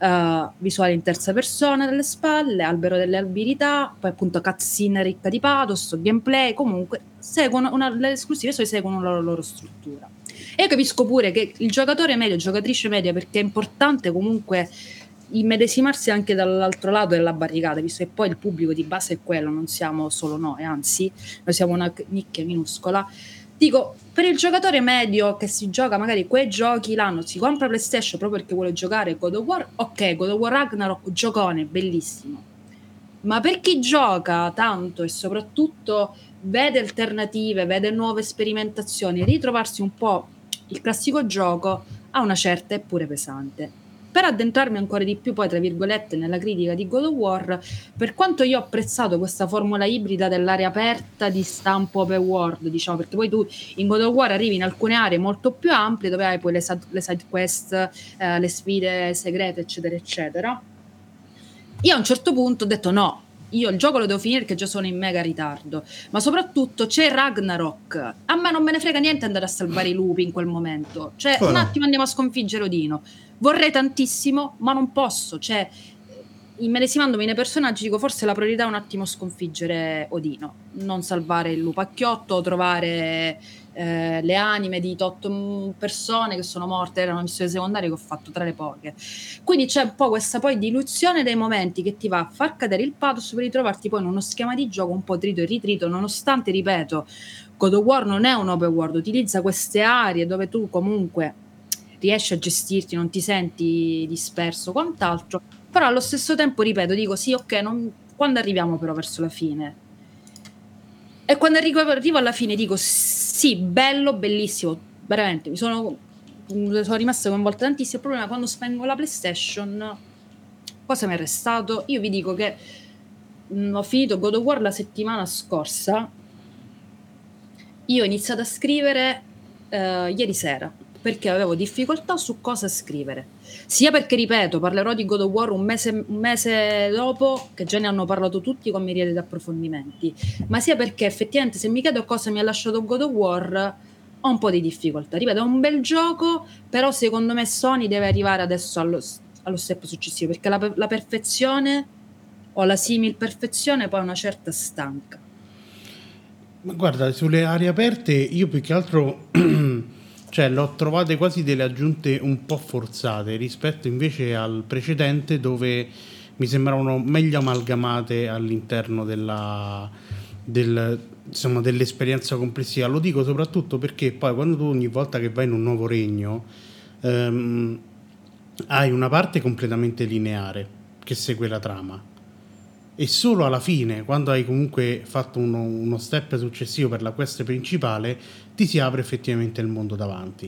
Speaker 3: uh, visuale in terza persona dalle spalle, albero delle abilità, poi appunto cutscene ricca di pathos, gameplay, comunque seguono una, le esclusive seguono la loro, loro struttura. E io capisco pure che il giocatore medio, giocatrice media, perché è importante comunque immedesimarsi anche dall'altro lato della barricata, visto che poi il pubblico di base è quello, non siamo solo noi, anzi noi siamo una nicchia minuscola. Dico, per il giocatore medio che si gioca magari quei giochi l'anno, si compra PlayStation proprio perché vuole giocare God of War, ok, God of War Ragnarok, giocone, bellissimo, ma per chi gioca tanto e soprattutto vede alternative, vede nuove sperimentazioni, ritrovarsi un po' il classico gioco a una certa è pure pesante. Per addentrarmi ancora di più poi tra virgolette nella critica di God of War, per quanto io ho apprezzato questa formula ibrida dell'area aperta di stampo open world, diciamo, perché poi tu in God of War arrivi in alcune aree molto più ampie dove hai poi le, sad- le side quest, eh, le sfide segrete eccetera eccetera. Io a un certo punto ho detto no, io il gioco lo devo finire perché già sono in mega ritardo, ma soprattutto c'è Ragnarok, a me non me ne frega niente andare a salvare i lupi in quel momento, cioè oh, un attimo no. Andiamo a sconfiggere Odino, vorrei tantissimo ma non posso, cioè immedesimandomi nei personaggi dico forse la priorità è un attimo sconfiggere Odino, non salvare il lupacchiotto o trovare eh, le anime di tot persone che sono morte, erano missioni secondarie che ho fatto tra le poche, quindi c'è un po' questa poi diluzione dei momenti che ti va a far cadere il pathos per ritrovarti poi in uno schema di gioco un po' trito e ritrito, nonostante ripeto God of War non è un open world, utilizza queste aree dove tu comunque riesci a gestirti, non ti senti disperso quant'altro, però allo stesso tempo ripeto, dico sì ok, non, quando arriviamo però verso la fine e quando arrivo, arrivo alla fine dico sì, bello, bellissimo, veramente mi sono, sono rimasta coinvolta tantissimo. Il problema è quando spengo la PlayStation cosa mi è restato? Io vi dico che mh, ho finito God of War la settimana scorsa, io ho iniziato a scrivere uh, ieri sera perché avevo difficoltà su cosa scrivere, sia perché ripeto parlerò di God of War un mese, un mese dopo che già ne hanno parlato tutti con miriade di approfondimenti, ma sia perché effettivamente se mi chiedo cosa mi ha lasciato God of War ho un po' di difficoltà. Ripeto, è un bel gioco, però secondo me Sony deve arrivare adesso allo, allo step successivo, perché la, la perfezione o la simil perfezione poi una certa stanca.
Speaker 2: Ma guarda, sulle aree aperte io più che altro cioè l'ho trovate quasi delle aggiunte un po' forzate rispetto invece al precedente, dove mi sembravano meglio amalgamate all'interno della, del, insomma, dell'esperienza complessiva. Lo dico soprattutto perché poi quando tu ogni volta che vai in un nuovo regno ehm, hai una parte completamente lineare che segue la trama, e solo alla fine, quando hai comunque fatto uno, uno step successivo per la quest principale, ti si apre effettivamente il mondo davanti,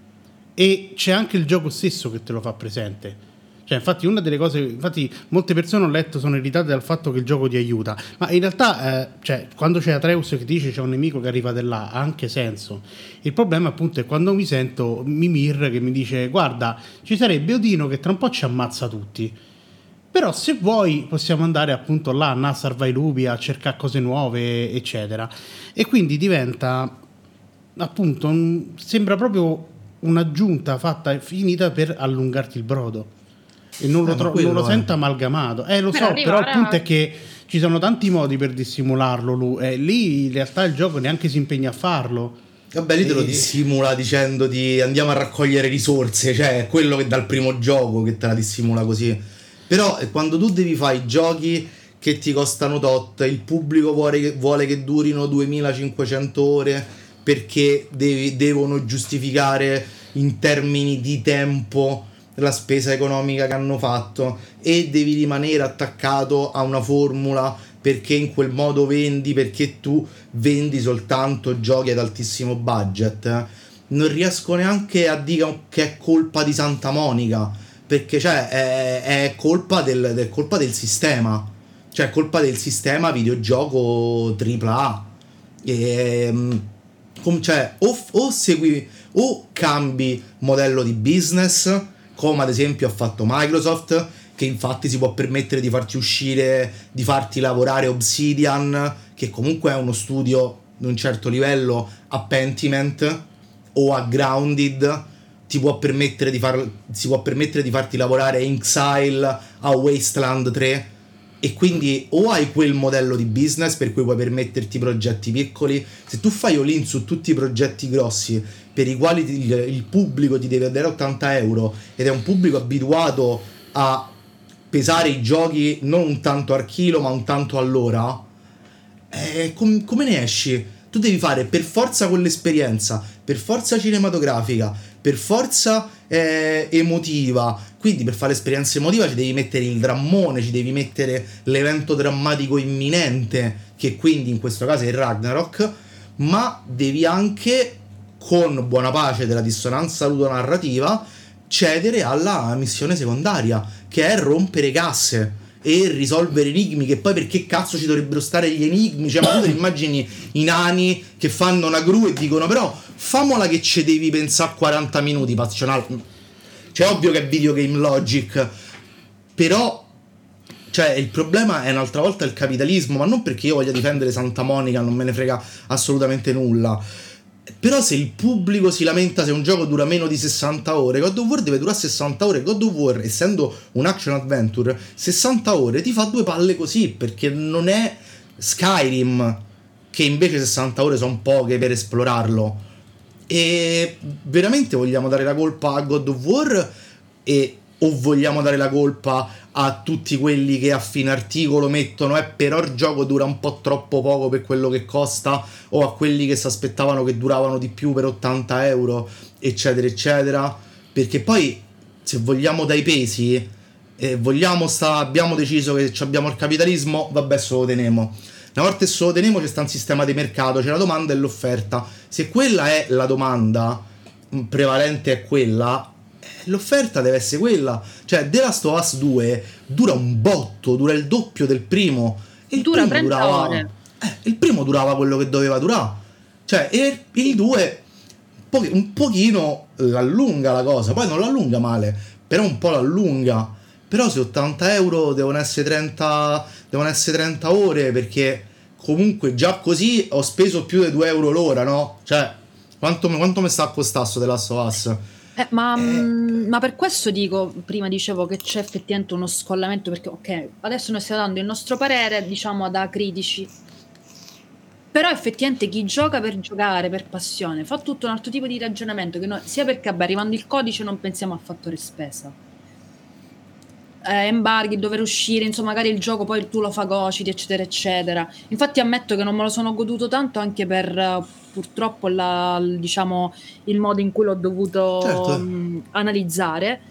Speaker 2: e c'è anche il gioco stesso che te lo fa presente. Cioè, infatti una delle cose, infatti molte persone ho letto sono irritate dal fatto che il gioco ti aiuta, ma in realtà eh, cioè, quando c'è Atreus che ti dice c'è un nemico che arriva da là, ha anche senso. Il problema appunto è quando mi sento Mimir che mi dice guarda, ci sarebbe Odino che tra un po' ci ammazza tutti, però se vuoi possiamo andare appunto là a salvare i lupi, a cercare cose nuove eccetera, e quindi diventa appunto un, sembra proprio un'aggiunta fatta e finita per allungarti il brodo, e non lo, tro- non lo sento amalgamato, eh lo per so però il punto è che ci sono tanti modi per dissimularlo, lui, eh, lì in realtà il gioco neanche si impegna a farlo.
Speaker 1: Vabbè, lì te lo dissimula dicendo di andiamo a raccogliere risorse, cioè è quello che dal primo gioco che te la dissimula così. Però quando tu devi fare i giochi che ti costano tot, il pubblico vuole, vuole che durino duemilacinquecento ore perché devi, devono giustificare in termini di tempo la spesa economica che hanno fatto, e devi rimanere attaccato a una formula perché in quel modo vendi, perché tu vendi soltanto giochi ad altissimo budget, non riesco neanche a dire che è colpa di Santa Monica, perché cioè è, è colpa del, del colpa del sistema, cioè colpa del sistema videogioco tripla A, e com, cioè o, o segui o cambi modello di business, come ad esempio ha fatto Microsoft, che infatti si può permettere di farti uscire, di farti lavorare Obsidian, che comunque è uno studio di un certo livello, a Pentiment o a Grounded, ti può permettere di far, si può permettere di farti lavorare in Exile a Wasteland tre, e quindi o hai quel modello di business per cui puoi permetterti progetti piccoli. Se tu fai all-in su tutti i progetti grossi per i quali il, il pubblico ti deve dare ottanta euro ed è un pubblico abituato a pesare i giochi non un tanto al chilo ma un tanto all'ora, eh, com- come ne esci? Tu devi fare per forza quell'esperienza, per forza cinematografica, per forza eh, emotiva. Quindi per fare l'esperienza emotiva ci devi mettere il drammone, ci devi mettere l'evento drammatico imminente, che quindi in questo caso è il Ragnarok, ma devi anche, con buona pace della dissonanza ludonarrativa, cedere alla missione secondaria, che è rompere casse e risolvere enigmi, che poi perché cazzo ci dovrebbero stare gli enigmi? Cioè, ma tu ti immagini i nani che fanno una gru e dicono però famola che ci devi pensare quaranta minuti, passionale. Cioè, ovvio che è videogame logic, però cioè il problema è un'altra volta il capitalismo, ma non perché io voglia difendere Santa Monica, non me ne frega assolutamente nulla. Però se il pubblico si lamenta se un gioco dura meno di sessanta ore, God of War deve durare sessanta ore. God of War, essendo un action adventure, sessanta ore ti fa due palle così, perché non è Skyrim, che invece sessanta ore sono poche per esplorarlo. E veramente vogliamo dare la colpa a God of War e o vogliamo dare la colpa a tutti quelli che a fine articolo mettono eh però il gioco dura un po' troppo poco per quello che costa, o a quelli che si aspettavano che duravano di più per ottanta euro, eccetera eccetera? Perché poi se vogliamo dai pesi, eh, vogliamo sta, abbiamo deciso che abbiamo il capitalismo, vabbè, se lo teniamo. Una volta che se lo teniamo c'è sta un sistema di mercato, c'è la domanda e l'offerta. Se quella è la domanda prevalente, è quella, l'offerta deve essere quella. Cioè The Last of Us due dura un botto, dura il doppio del primo, e il
Speaker 3: Dura
Speaker 1: primo
Speaker 3: trenta
Speaker 1: durava
Speaker 3: ore.
Speaker 1: eh, il primo durava quello che doveva durare. Cioè, e il due po- un pochino l'allunga la cosa, poi non l'allunga male, però un po' l'allunga. Però se ottanta euro devono essere trenta, devono essere trenta ore, perché comunque già così ho speso più di due euro l'ora, no? Cioè, quanto, quanto mi sta a costare sto The Last of Us?
Speaker 3: Eh, ma,
Speaker 1: Eh.
Speaker 3: mh, ma per questo dico, prima dicevo che c'è effettivamente uno scollamento, perché ok, adesso noi stiamo dando il nostro parere, diciamo, da critici, però effettivamente chi gioca per giocare, per passione, fa tutto un altro tipo di ragionamento, che noi, sia perché vabbè, arrivando il codice non pensiamo a fattore spesa, eh, embarghi, dover uscire, insomma magari il gioco poi tu lo fagociti, eccetera eccetera. Infatti ammetto che non me lo sono goduto tanto, anche per eh, purtroppo la, il- diciamo il modo in cui l'ho dovuto
Speaker 1: Certo.
Speaker 3: mh, analizzare.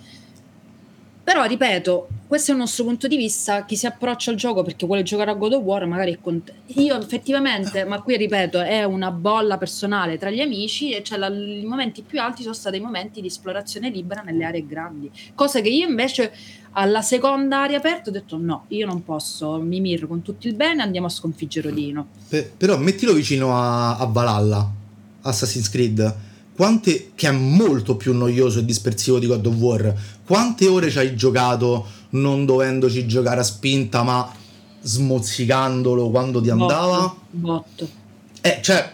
Speaker 3: Però ripeto, questo è il nostro punto di vista. Chi si approccia al gioco perché vuole giocare a God of War magari è contento. Io effettivamente, ma qui ripeto, è una bolla personale tra gli amici, e cioè la- i momenti più alti sono stati i momenti di esplorazione libera nelle aree grandi, cosa che io invece alla seconda area aperta ho detto no, io non posso, mi mirro con tutto il bene, andiamo a sconfiggere Odino.
Speaker 1: Pe- però mettilo vicino a, a Valhalla, Assassin's Creed, quante, che è molto più noioso e dispersivo di God of War. Quante ore ci hai giocato non dovendoci giocare a spinta, ma smozzicandolo quando ti andava?
Speaker 3: Botto, botto.
Speaker 1: Eh, cioè,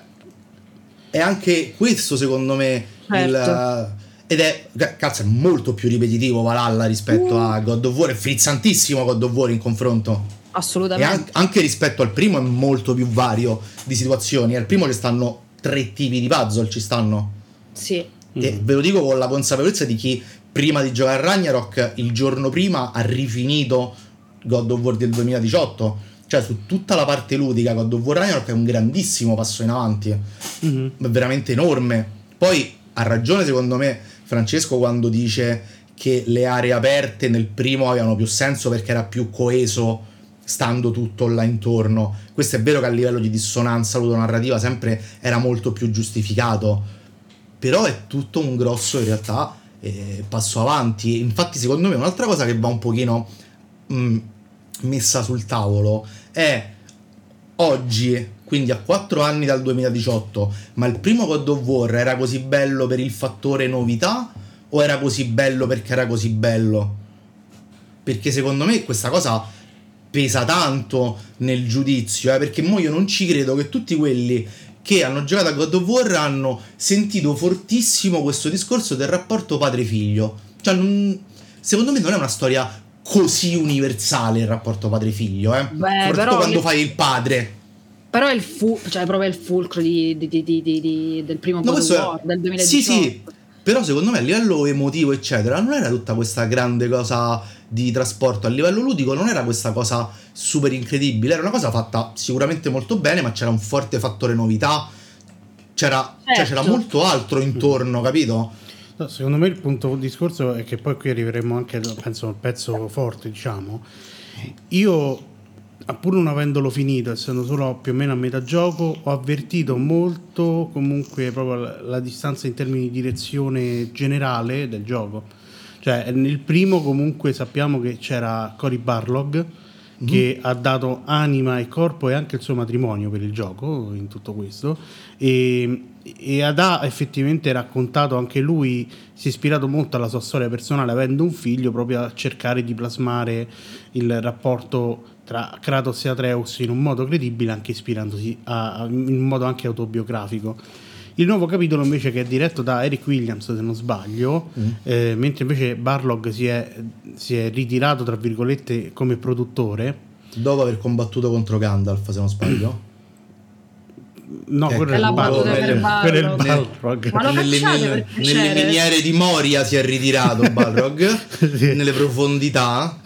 Speaker 1: è anche questo secondo me il,
Speaker 3: Certo.
Speaker 1: ed è ca- cazzo, è molto più ripetitivo Valhalla rispetto
Speaker 3: Uh.
Speaker 1: a God of War, è frizzantissimo God of War in confronto. E
Speaker 3: Assolutamente.
Speaker 1: an- anche rispetto al primo è molto più vario di situazioni. Al primo ci stanno tre tipi di puzzle, ci stanno.
Speaker 3: Sì.
Speaker 1: E ve lo dico con la consapevolezza di chi prima di giocare a Ragnarok il giorno prima ha rifinito God of War del duemiladiciotto. Cioè su tutta la parte ludica God of War Ragnarok è un grandissimo passo in avanti,
Speaker 2: Mhm.
Speaker 1: è veramente enorme. Poi ha ragione secondo me Francesco quando dice che le aree aperte nel primo avevano più senso perché era più coeso stando tutto là intorno. Questo è vero che a livello di dissonanza ludonarrativa sempre era molto più giustificato, però è tutto un grosso in realtà eh, passo avanti. Infatti secondo me un'altra cosa che va un pochino mh, messa sul tavolo è oggi, quindi a quattro anni dal duemiladiciotto, ma il primo God of War era così bello per il fattore novità o era così bello perché era così bello? Perché secondo me questa cosa pesa tanto nel giudizio, eh, perché mo io non ci credo che tutti quelli che hanno giocato a God of War hanno sentito fortissimo questo discorso del rapporto padre-figlio. Cioè, non, secondo me non è una storia così universale il rapporto padre-figlio, eh?
Speaker 3: Beh,
Speaker 1: soprattutto
Speaker 3: però
Speaker 1: quando
Speaker 3: che-
Speaker 1: fai il padre.
Speaker 3: Però è il fu- cioè proprio il fulcro di, di- di- di- di- di- del primo
Speaker 1: No,
Speaker 3: God of
Speaker 1: questo è-
Speaker 3: War del
Speaker 1: Sì,
Speaker 3: duemiladiciotto.
Speaker 1: sì, però secondo me a livello emotivo eccetera non era tutta questa grande cosa di trasporto. A livello ludico non era questa cosa super incredibile, era una cosa fatta sicuramente molto bene, ma c'era un forte fattore novità, c'era, cioè,
Speaker 3: Certo.
Speaker 1: c'era molto altro intorno, capito?
Speaker 2: No, secondo me il punto di discorso è che poi qui arriveremo anche, penso, al pezzo forte, diciamo. Io, pur non avendolo finito, essendo solo più o meno a metà gioco, ho avvertito molto comunque proprio la, la distanza in termini di direzione generale del gioco. Cioè, nel primo comunque sappiamo che c'era Cory Barlog, che ha dato anima e corpo e anche il suo matrimonio per il gioco in tutto questo, e, e ha effettivamente raccontato, anche lui si è ispirato molto alla sua storia personale avendo un figlio, proprio a cercare di plasmare il rapporto tra Kratos e Atreus in un modo credibile, anche ispirandosi a, a, in un modo anche autobiografico. Il nuovo capitolo invece, che è diretto da Eric Williams, se non sbaglio,
Speaker 1: Mm.
Speaker 2: eh, mentre invece Barlog si è, si è ritirato tra virgolette come produttore.
Speaker 1: Dopo aver combattuto contro Gandalf, se non sbaglio.
Speaker 2: No,
Speaker 1: Ecco,
Speaker 2: quello è
Speaker 3: la
Speaker 2: il
Speaker 3: battuta
Speaker 2: Balrog.
Speaker 3: per
Speaker 2: Quello è il
Speaker 3: Balrog.
Speaker 2: Balrog.
Speaker 3: Ma lo
Speaker 1: nelle,
Speaker 3: cacciate
Speaker 1: nelle-
Speaker 3: per
Speaker 1: nelle
Speaker 3: piacere?
Speaker 1: miniere di Moria si è ritirato Balrog.
Speaker 2: Sì.
Speaker 1: Nelle profondità.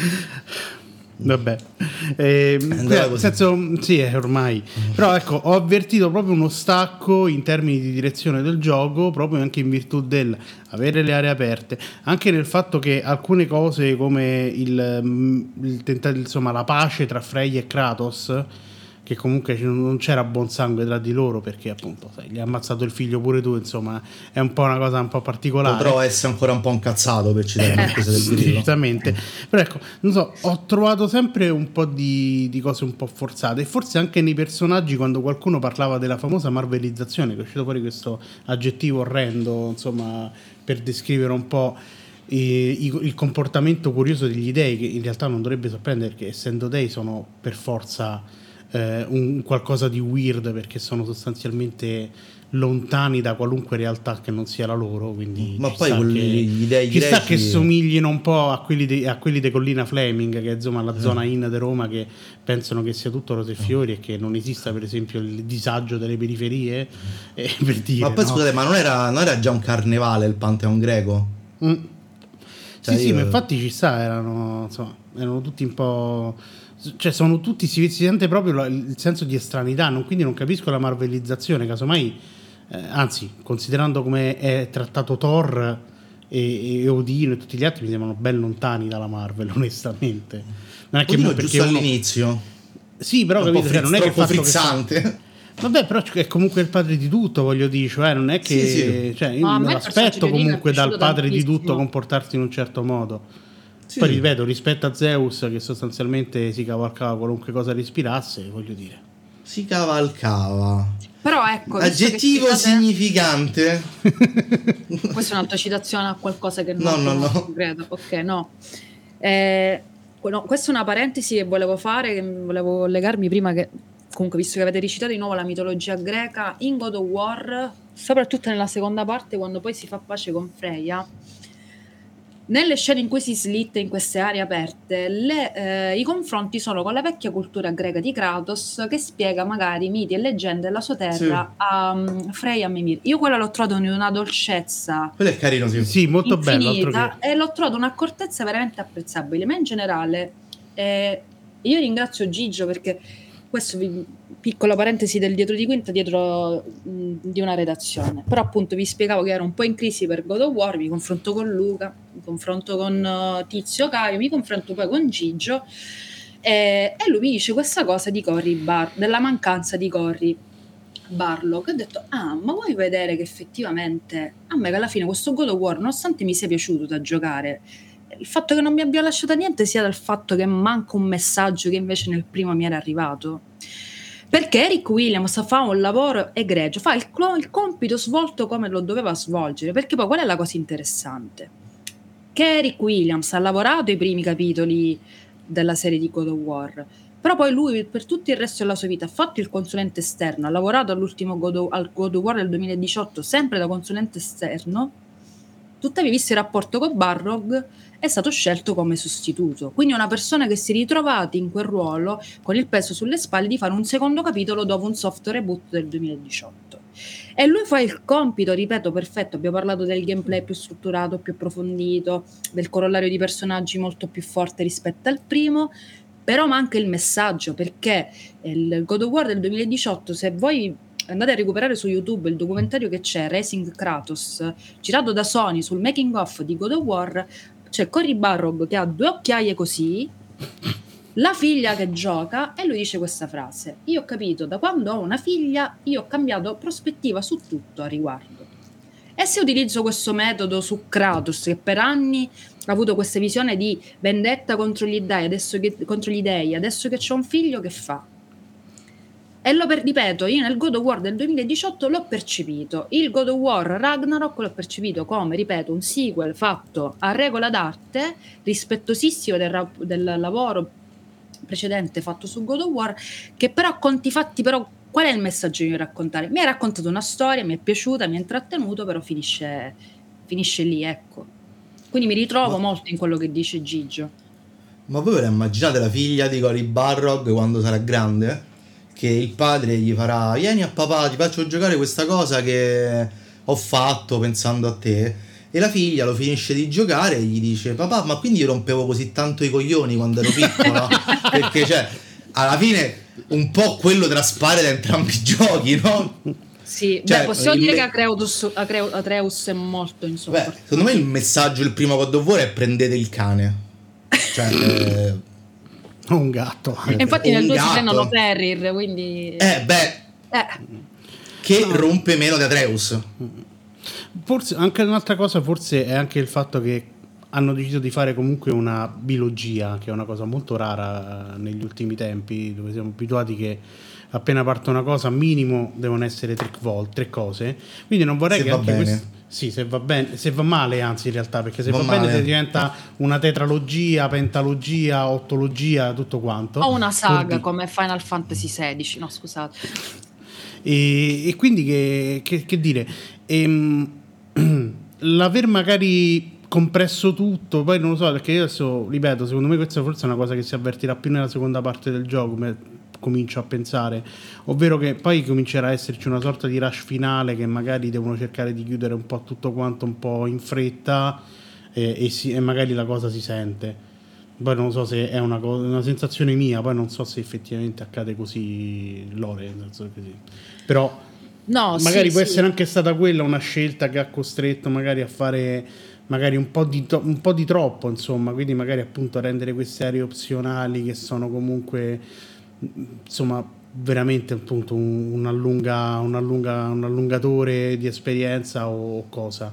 Speaker 2: Vabbè, eh,
Speaker 1: andava
Speaker 2: nel
Speaker 1: così.
Speaker 2: senso, sì, è ormai. Però ecco, ho avvertito proprio uno stacco in termini di direzione del gioco, proprio anche in virtù del avere le aree aperte, anche nel fatto che alcune cose come il, mm, il tenta- insomma, la pace tra Frey e Kratos, che comunque non c'era buon sangue tra di loro, perché appunto sai, gli ha ammazzato il figlio pure tu, insomma, è un po' una cosa un po' particolare.
Speaker 1: Potrò essere ancora un po' incazzato per citare una cosa del grillo.
Speaker 2: Decisamente. Però ecco, non so, ho trovato sempre un po' di, di cose un po' forzate, e forse anche nei personaggi, quando qualcuno parlava della famosa marvelizzazione, che è uscito fuori questo aggettivo orrendo, insomma, per descrivere un po' i- i- il comportamento curioso degli dei, che in realtà non dovrebbe sorprendere, perché essendo dei sono per forza eh, un qualcosa di weird, perché sono sostanzialmente lontani da qualunque realtà che non sia la loro, quindi
Speaker 1: Ma
Speaker 2: ci
Speaker 1: poi
Speaker 2: sta
Speaker 1: quelli-
Speaker 2: che-
Speaker 1: gli dei
Speaker 2: ci sta
Speaker 1: greci-
Speaker 2: che somiglino un po' a quelli di, a quelli di Collina Fleming, che è insomma la zona in di Roma, che pensano che sia tutto rose e fiori e che non esista per esempio il disagio delle periferie, eh, per dire,
Speaker 1: Ma poi
Speaker 2: no?
Speaker 1: scusate, ma non era, non era già un carnevale il Pantheon greco?
Speaker 2: Mm.
Speaker 1: Cioè,
Speaker 2: sì, sì,
Speaker 1: io-
Speaker 2: ma infatti ci sta, erano, insomma, erano tutti un po', cioè sono tutti, si, si sente proprio la- il senso di estranità, non- quindi non capisco la marvelizzazione, casomai, eh, anzi, considerando come è trattato Thor e, e Odino e tutti gli altri, mi sembrano ben lontani dalla Marvel, onestamente. Non è che
Speaker 1: Odino
Speaker 2: mo- perché
Speaker 1: giusto
Speaker 2: uno-
Speaker 1: all'inizio.
Speaker 2: Sì, però
Speaker 1: un po'
Speaker 2: capito, cioè,
Speaker 1: frizz-
Speaker 2: non è che il
Speaker 1: troppo
Speaker 2: fatto che
Speaker 1: frizzante.
Speaker 2: Vabbè, però è comunque il padre di tutto, voglio dire, cioè non è che,
Speaker 1: Sì, sì.
Speaker 2: cioè, io
Speaker 3: No, a
Speaker 2: me
Speaker 3: me il personaggio
Speaker 2: l'aspetto
Speaker 3: di Odino è
Speaker 2: comunque dal
Speaker 3: piaciuto
Speaker 2: padre di tutto
Speaker 3: tantissimo.
Speaker 2: comportarsi in un certo modo.
Speaker 1: Sì.
Speaker 2: Poi ripeto, rispetto a Zeus, che sostanzialmente si cavalcava qualunque cosa respirasse, voglio dire.
Speaker 1: Si cavalcava.
Speaker 3: Però ecco, visto che
Speaker 1: Aggettivo
Speaker 3: citate-
Speaker 1: significante.
Speaker 3: questa è un'altra citazione a qualcosa che non
Speaker 1: No, no, no.
Speaker 3: conosco, credo. Ok, no. Eh, no, questa è una parentesi che volevo fare, che volevo legarmi prima, che comunque, visto che avete ricitato di nuovo la mitologia greca, in God of War, soprattutto nella seconda parte, quando poi si fa pace con Freya, nelle scene in cui si slitta in queste aree aperte, le, eh, i confronti sono con la vecchia cultura greca di Kratos, che spiega magari miti e leggende della sua terra a um, Freya e a Mimir. Io quella l'ho trovato in una dolcezza
Speaker 1: Quello è carino, sì.
Speaker 2: Sì, molto bello, altro
Speaker 3: infinita,
Speaker 2: che...
Speaker 3: e l'ho trovato un'accortezza veramente apprezzabile, ma in generale eh, io ringrazio Gigio, perché questo vi, piccola parentesi del dietro di quinta, dietro mh, di una redazione, però appunto vi spiegavo che ero un po' in crisi per God of War, mi confronto con Luca, mi confronto con uh, Tizio Caio, mi confronto poi con Gigio, e, e lui mi dice questa cosa di Cory Bar, della mancanza di Cory Barlog. Ho detto, ah, ma vuoi vedere che effettivamente a me, che alla fine questo God of War, nonostante mi sia piaciuto da giocare, il fatto che non mi abbia lasciato niente sia dal fatto che manca un messaggio che invece nel primo mi era arrivato, perché Eric Williams fa un lavoro egregio, fa il, il compito svolto come lo doveva svolgere, perché poi qual è la cosa interessante? Che Eric Williams ha lavorato i primi capitoli della serie di God of War, Però poi lui per tutto il resto della sua vita ha fatto il consulente esterno, ha lavorato all'ultimo God of, al God of War del duemiladiciotto sempre da consulente esterno, tuttavia visto il rapporto con Barrog è stato scelto come sostituto, quindi una persona che si è ritrovata in quel ruolo con il peso sulle spalle di fare un secondo capitolo dopo un soft reboot del duemiladiciotto. E lui fa il compito, ripeto, perfetto. Abbiamo parlato del gameplay più strutturato, più approfondito, del corollario di personaggi molto più forte rispetto al primo, però manca il messaggio, perché il God of War del duemiladiciotto, se voi andate a recuperare su YouTube il documentario che c'è, Racing Kratos, girato da Sony sul making of di God of War, c'è Cory Barrog che ha due occhiaie così, la figlia che gioca, e lui dice questa frase: io ho capito, da quando ho una figlia io ho cambiato prospettiva su tutto a riguardo, e se utilizzo questo metodo su Kratos, che per anni ha avuto questa visione di vendetta contro gli dei, adesso che, contro gli dei, adesso che c'ho un figlio, che fa? E lo per, ripeto, io nel God of War del duemiladiciotto l'ho percepito, il God of War Ragnarok l'ho percepito come, ripeto, un sequel fatto a regola d'arte, rispettosissimo del, del lavoro precedente fatto su God of War, che però a conti fatti, però qual è il messaggio che io raccontare? Mi ha raccontato una storia, mi è piaciuta, mi ha intrattenuto, però finisce, finisce lì, ecco. Quindi mi ritrovo ma, molto in quello che dice Gigio.
Speaker 1: Ma voi ve la immaginate la figlia di Cory Barrog quando sarà grande? Che il padre gli farà: vieni a papà, ti faccio giocare questa cosa che ho fatto pensando a te. E la figlia lo finisce di giocare e gli dice: papà, ma quindi io rompevo così tanto i coglioni quando ero piccola? Perché cioè, alla fine un po' quello traspare da entrambi i giochi, no?
Speaker 3: Sì, cioè, beh, possiamo dire me- che Atreus, Atreus è molto insopportabile.
Speaker 1: Beh, secondo me il messaggio del primo God of War è: prendete il cane. Cioè... eh...
Speaker 2: un gatto.
Speaker 3: E infatti nel due si prendono Ferrir, quindi...
Speaker 1: Eh, beh... Eh. Che no. rompe meno di Atreus.
Speaker 2: Forse anche un'altra cosa forse è anche il fatto che hanno deciso di fare comunque una bilogia, che è una cosa molto rara negli ultimi tempi, dove siamo abituati che appena parte una cosa minimo devono essere tre, vol- tre cose, quindi non vorrei
Speaker 1: se
Speaker 2: che
Speaker 1: va
Speaker 2: anche
Speaker 1: bene.
Speaker 2: Questo, sì, se va bene, se va male anzi in realtà, perché se va, va bene se diventa una tetralogia, pentalogia, ottologia, tutto quanto.
Speaker 3: O una saga di... come Final Fantasy sedici, no scusate.
Speaker 2: E, e quindi che, che, che dire, ehm, l'aver magari compresso tutto, poi non lo so, perché io adesso ripeto, secondo me questa forse è una cosa che si avvertirà più nella seconda parte del gioco, come comincio a pensare, ovvero che poi comincerà a esserci una sorta di rush finale che magari devono cercare di chiudere un po' tutto quanto un po' in fretta e, e, si, e magari la cosa si sente. Poi non so se è una, cosa, una sensazione mia, poi non so se effettivamente accade così, Lore, nel senso così. Però
Speaker 3: no,
Speaker 2: magari
Speaker 3: sì,
Speaker 2: può
Speaker 3: sì.
Speaker 2: essere anche stata quella una scelta che ha costretto magari a fare magari un po' di, to- un po' di troppo, insomma, quindi magari appunto a rendere queste aree opzionali che sono comunque insomma veramente appunto un, un, allunga, un, allunga, un allungatore di esperienza o cosa.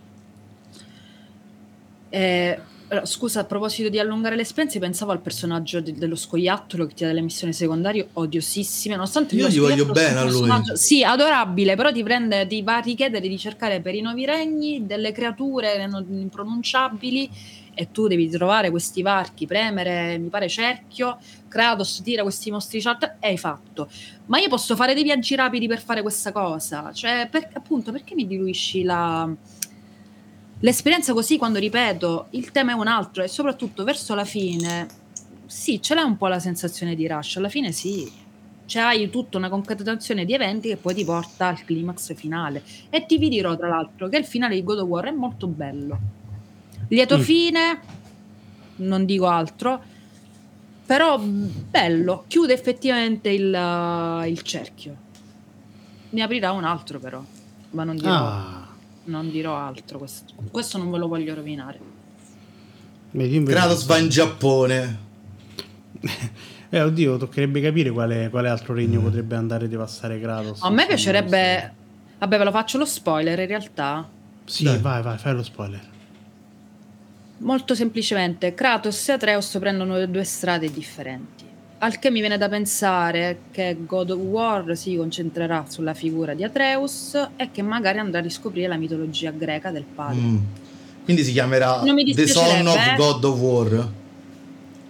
Speaker 3: Eh, scusa, a proposito di allungare le esperienze, pensavo al personaggio de- dello scoiattolo che ti dà delle missioni secondarie odiosissime, nonostante
Speaker 1: io gli voglio bene a lui,
Speaker 3: sì, adorabile, però ti prende, ti va a richiedere di cercare per i nuovi regni delle creature non impronunciabili e tu devi trovare questi varchi, premere, mi pare cerchio, Kratos tira questi mostriciattoli e hai fatto. Ma io posso fare dei viaggi rapidi per fare questa cosa, cioè per, appunto perché mi diluisci la l'esperienza così, quando ripeto il tema è un altro e soprattutto verso la fine sì, ce l'hai un po' la sensazione di rush, alla fine sì, cioè hai tutta una concatenazione di eventi che poi ti porta al climax finale. E ti vi dirò tra l'altro che il finale di God of War è molto bello, lieto mm. fine, non dico altro, però bello, chiude effettivamente il, uh, il cerchio. Ne aprirà un altro però, ma non dirò ah. non dirò altro, questo, questo non ve lo voglio rovinare.
Speaker 1: Kratos va in Giappone.
Speaker 2: Eh oddio, toccherebbe capire quale, quale altro regno mm. potrebbe andare a devastare Kratos.
Speaker 3: A me piacerebbe, vabbè ve lo faccio lo spoiler in realtà.
Speaker 2: Sì, Dai. vai vai, fai lo spoiler.
Speaker 3: Molto semplicemente Kratos e Atreus prendono due strade differenti, al che mi viene da pensare che God of War si concentrerà sulla figura di Atreus e che magari andrà a riscoprire la mitologia greca del padre.
Speaker 1: Mm. Quindi si chiamerà The Son of
Speaker 3: eh?
Speaker 1: God of War.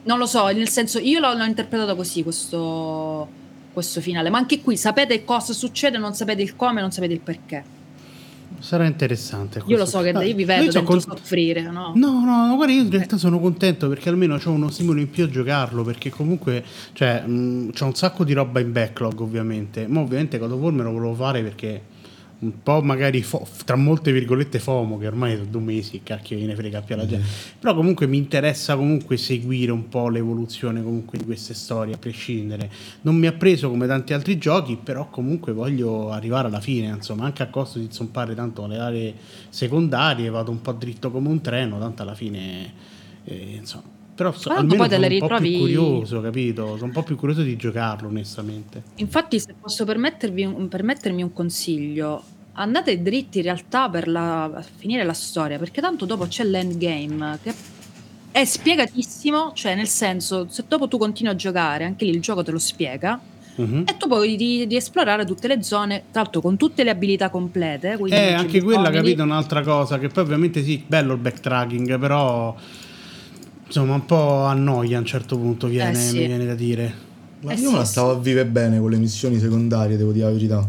Speaker 3: Non lo so, nel senso, io l'ho, l'ho interpretato così questo, questo finale, ma anche qui sapete cosa succede, non sapete il come, non sapete il perché.
Speaker 2: Sarà interessante questo.
Speaker 3: Io lo so che
Speaker 2: Ah,
Speaker 3: io vi vedo
Speaker 2: io
Speaker 3: dentro
Speaker 2: con...
Speaker 3: soffrire, no?
Speaker 2: No, no, no, guarda, io in realtà sono contento perché almeno c'ho uno stimolo in più a giocarlo, perché comunque, cioè, mh, c'ho un sacco di roba in backlog, ovviamente. Ma ovviamente God of War me lo volevo fare perché un po' magari fo- tra molte virgolette FOMO, che ormai sono due mesi, cacchio gliene frega più alla gente. Mm. Però comunque mi interessa comunque seguire un po' l'evoluzione comunque di queste storie, a prescindere. Non mi ha preso come tanti altri giochi, però comunque voglio arrivare alla fine, insomma, anche a costo di zompare tanto le aree secondarie, vado un po' dritto come un treno, tanto alla fine, eh, insomma. Però so, almeno
Speaker 3: poi te
Speaker 2: sono
Speaker 3: le
Speaker 2: un po'
Speaker 3: ritrovi...
Speaker 2: più curioso, capito? Sono un po' più curioso di giocarlo, onestamente.
Speaker 3: Infatti, se posso permettervi un, permettermi un consiglio, andate dritti in realtà per la, a finire la storia, perché tanto dopo c'è l'endgame che è spiegatissimo, cioè nel senso, se dopo tu continui a giocare, anche lì il gioco te lo spiega, uh-huh. e tu puoi di, di esplorare tutte le zone, tra l'altro con tutte le abilità complete.
Speaker 2: Eh, anche quella, capito, un'altra cosa, che poi ovviamente sì, bello il backtracking, però insomma un po' annoia a un certo punto, viene, eh sì. mi viene da dire.
Speaker 1: Ma
Speaker 3: eh
Speaker 1: io
Speaker 3: sì,
Speaker 1: me la stavo
Speaker 3: sì.
Speaker 1: a vivere bene con le missioni secondarie, devo dire la verità.